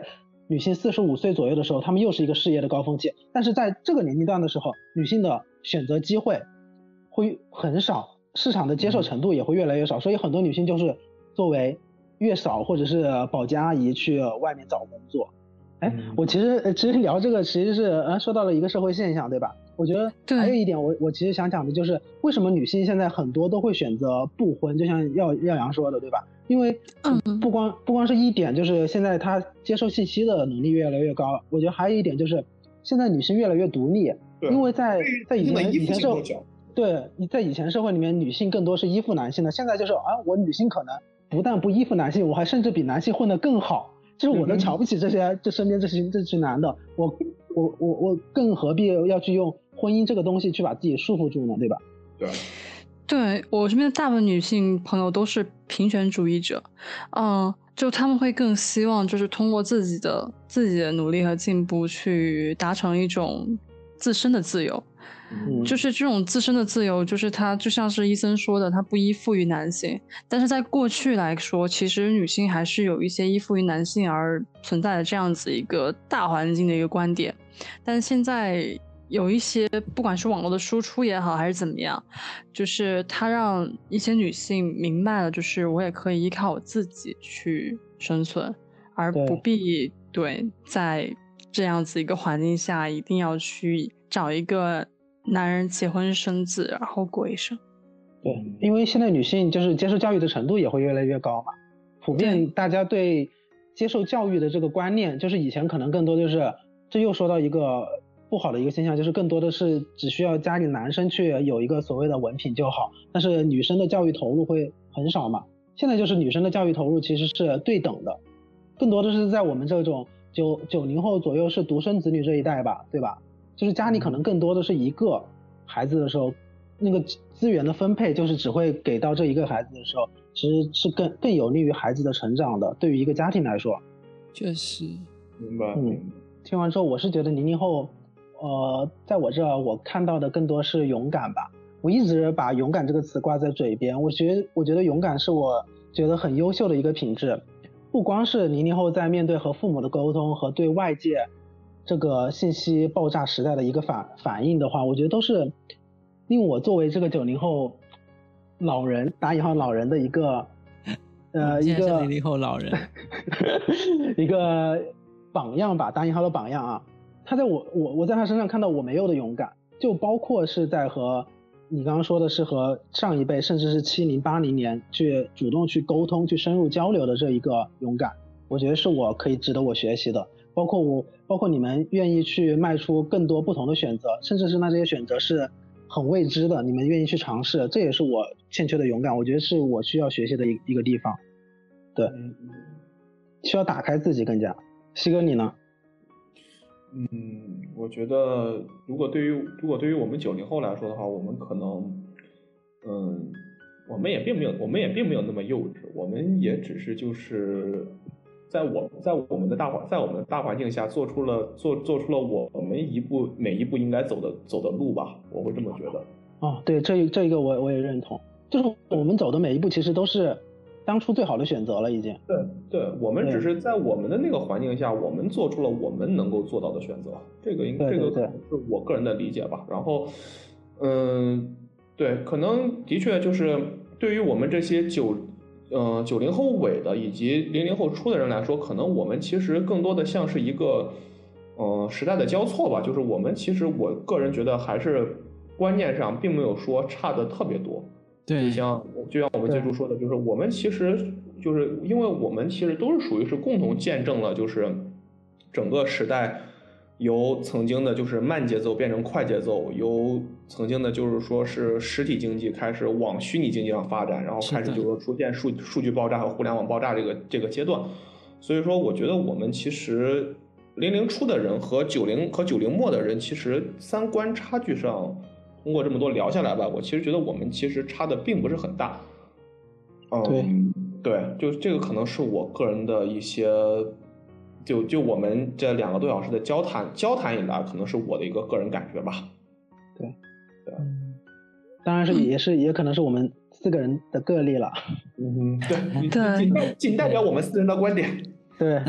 C: 女性四十五岁左右的时候，她们又是一个事业的高峰期。但是在这个年龄段的时候，女性的选择机会会很少，市场的接受程度也会越来越少，所以很多女性就是作为月嫂或者是保洁阿姨去外面找工作。哎，我其实其实聊这个其实是呃说到了一个社会现象，对吧？我觉得还有一点我我其实想讲的就是为什么女性现在很多都会选择不婚，就像耀耀阳说的，对吧？因为不光不光是一点，就是现在她接受信息的能力越来越高，我觉得还有一点就是现在女性越来越独立，因为在在以前以前社会，对，在以前社会里面女性更多是依附男性的，现在就是啊我女性可能不但不依附男性，我还甚至比男性混得更好。就是我都瞧不起这些这身边这些这群男的，我我我我更何必要去用婚姻这个东西去把自己束缚住呢，对吧？
E: 对，
D: 对，我身边的大部分女性朋友都是平权主义者，嗯，就他们会更希望就是通过自己的自己的努力和进步去达成一种自身的自由。
C: 嗯，
D: 就是这种自身的自由，就是它就像是医生说的，它不依附于男性。但是在过去来说，其实女性还是有一些依附于男性而存在的这样子一个大环境的一个观点。但是现在有一些不管是网络的输出也好还是怎么样，就是它让一些女性明白了，就是我也可以依靠我自己去生存，而不必 对, 对在这样子一个环境下一定要去找一个男人结婚生子然后过一生。
C: 对，因为现在女性就是接受教育的程度也会越来越高嘛，普遍大家对接受教育的这个观念，就是以前可能更多就是这又说到一个不好的一个现象，就是更多的是只需要家里男生去有一个所谓的文凭就好，但是女生的教育投入会很少嘛。现在就是女生的教育投入其实是对等的，更多的是在我们这种九九零后左右是独生子女这一代吧，对吧？就是家里可能更多的是一个孩子的时候，那个资源的分配就是只会给到这一个孩子的时候，其实是更更有利于孩子的成长的，对于一个家庭来说。
A: 确实，
E: 明白。
C: 嗯，听完之后我是觉得零零后呃在我这我看到的更多是勇敢吧。我一直把勇敢这个词挂在嘴边，我觉得我觉得勇敢是我觉得很优秀的一个品质。不光是零零后在面对和父母的沟通和对外界这个信息爆炸时代的一个反反应的话，我觉得都是令我作为这个九零后老人打引号老人的一个呃一个
A: 零零后老人
C: 一个榜样吧，打引号的榜样啊。他在我我我在他身上看到我没有的勇敢，就包括是在和你刚刚说的是和上一辈甚至是七零八零年去主动去沟通去深入交流的这一个勇敢，我觉得是我可以值得我学习的。包括我包括你们愿意去迈出更多不同的选择，甚至是那这些选择是很未知的，你们愿意去尝试，这也是我欠缺的勇敢，我觉得是我需要学习的一一个地方。对，需要打开自己更加。西哥你呢？
E: 嗯，我觉得如果对于如果对于我们九零后来说的话，我们可能嗯我们也并没有我们也并没有那么幼稚，我们也只是就是在我在我们的大环在我们的大环境下做出了做做出了我我们一步每一步应该走的走的路吧，我会这么觉得。
C: 哦，对，这这一个我我也认同，就是我们走的每一步其实都是当初最好的选择了已经。
E: 对对，我们只是在我们的那个环境下，我们做出了我们能够做到的选择，这个应这个可能是我个人的理解吧。然后，嗯，对，可能的确就是对于我们这些九呃九零后尾的以及零零后初的人来说，可能我们其实更多的像是一个呃时代的交错吧。就是我们其实我个人觉得还是观念上并没有说差的特别多。
A: 对，
E: 就像就像我们接触说的，就是我们其实就是因为我们其实都是属于是共同见证了，就是整个时代由曾经的就是慢节奏变成快节奏，由曾经的就是说是实体经济开始往虚拟经济上发展，然后开始就是说出现数数据爆炸和互联网爆炸这个这个阶段。所以说，我觉得我们其实零零初的人和九零和九零末的人，其实三观差距上。通过这么多聊下来吧，我其实觉得我们其实差的并不是很大。嗯，对，对，就这个可能是我个人的一些，就就我们这两个多小时的交谈交谈以来，可能是我的一个个人感觉吧。
C: 对，对，当然是也是也可能是我们四个人的个例了。
E: 嗯，对，对，仅仅代表我们四人的观点。
C: 对。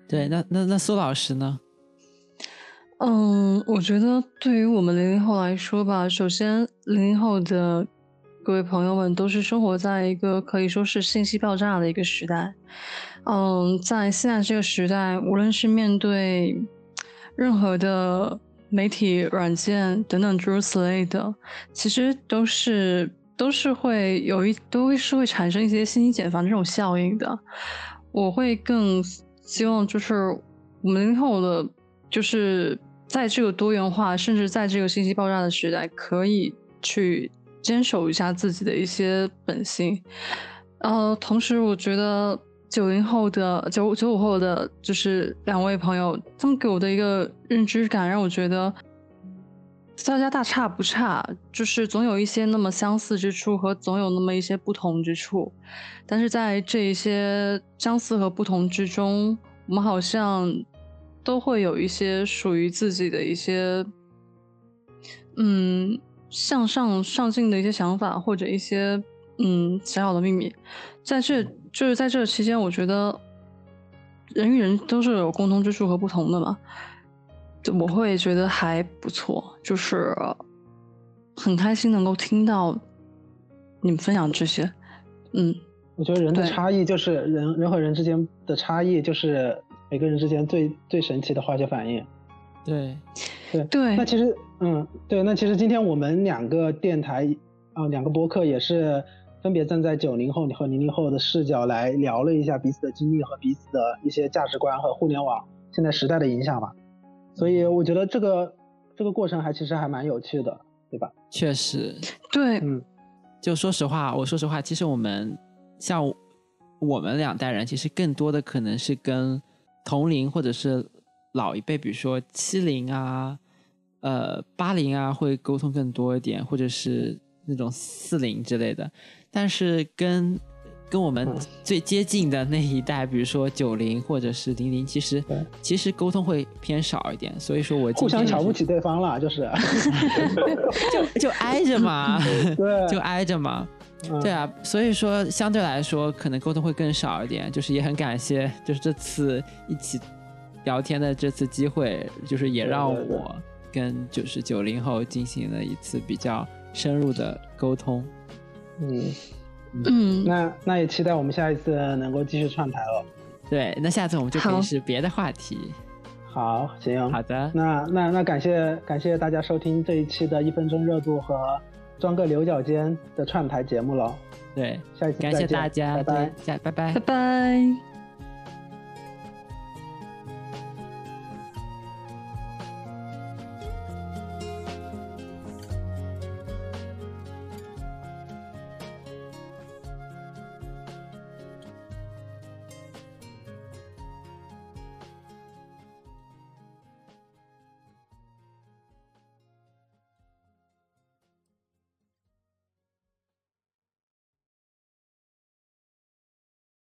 A: 对，那那那苏老师呢？
D: 嗯，我觉得对于我们零零后来说吧，首先零零后的各位朋友们都是生活在一个可以说是信息爆炸的一个时代。嗯，在现在这个时代，无论是面对任何的媒体软件等等诸如此类的，其实都是都是会有一都是会产生一些信息茧房这种效应的。我会更希望就是我们零零后的，就是在这个多元化，甚至在这个信息爆炸的时代，可以去坚守一下自己的一些本性。呃，同时我觉得九零后的九九五后的就是两位朋友，他们给我的一个认知感让我觉得大家大差不差，就是总有一些那么相似之处和总有那么一些不同之处，但是在这一些相似和不同之中，我们好像都会有一些属于自己的一些嗯向上上进的一些想法，或者一些嗯小小的秘密。在这就是在这期间，我觉得人与人都是有共同之处和不同的嘛，我会觉得还不错，就是很开心能够听到你们分享这些。嗯，
C: 我觉得人的差异就是人人和人之间的差异，就是每个人之间最最神奇的化学反应。
A: 对
C: 对
D: 对，
C: 那其实嗯对，那其实今天我们两个电台啊、呃、两个播客也是分别站在九零后和零零后的视角来聊了一下彼此的经历和彼此的一些价值观和互联网现在时代的影响吧。所以我觉得这个这个过程还其实还蛮有趣的，对吧？
A: 确实，
D: 对，
C: 嗯，
A: 就说实话，我说实话，其实我们像我们两代人，其实更多的可能是跟同龄或者是老一辈，比如说七零啊、呃八零啊，会沟通更多一点，或者是那种四零之类的。但是跟跟我们最接近的那一代，比如说九零或者是零零，其实其实沟通会偏少一点。所以说我
C: 互相瞧不起对方了，就是
A: 就就挨着嘛，
C: 对，
A: 就挨着嘛。对啊，所以说相对来说可能沟通会更少一点，就是也很感谢就是这次一起聊天的这次机会，就是也让我跟就是九零后进行了一次比较深入的沟通。
C: 嗯
D: 嗯，
C: 那那也期待我们下一次能够继续串台了。
A: 对，那下次我们就可以是别的话题。
C: 好，行，
A: 好的，
C: 那那那感谢感谢大家收听这一期的一分钟热度和装个牛角尖的串台节目了。
A: 对，
C: 下一次再见，
A: 感谢大家，
C: 拜拜，
A: 拜拜，
D: 拜拜。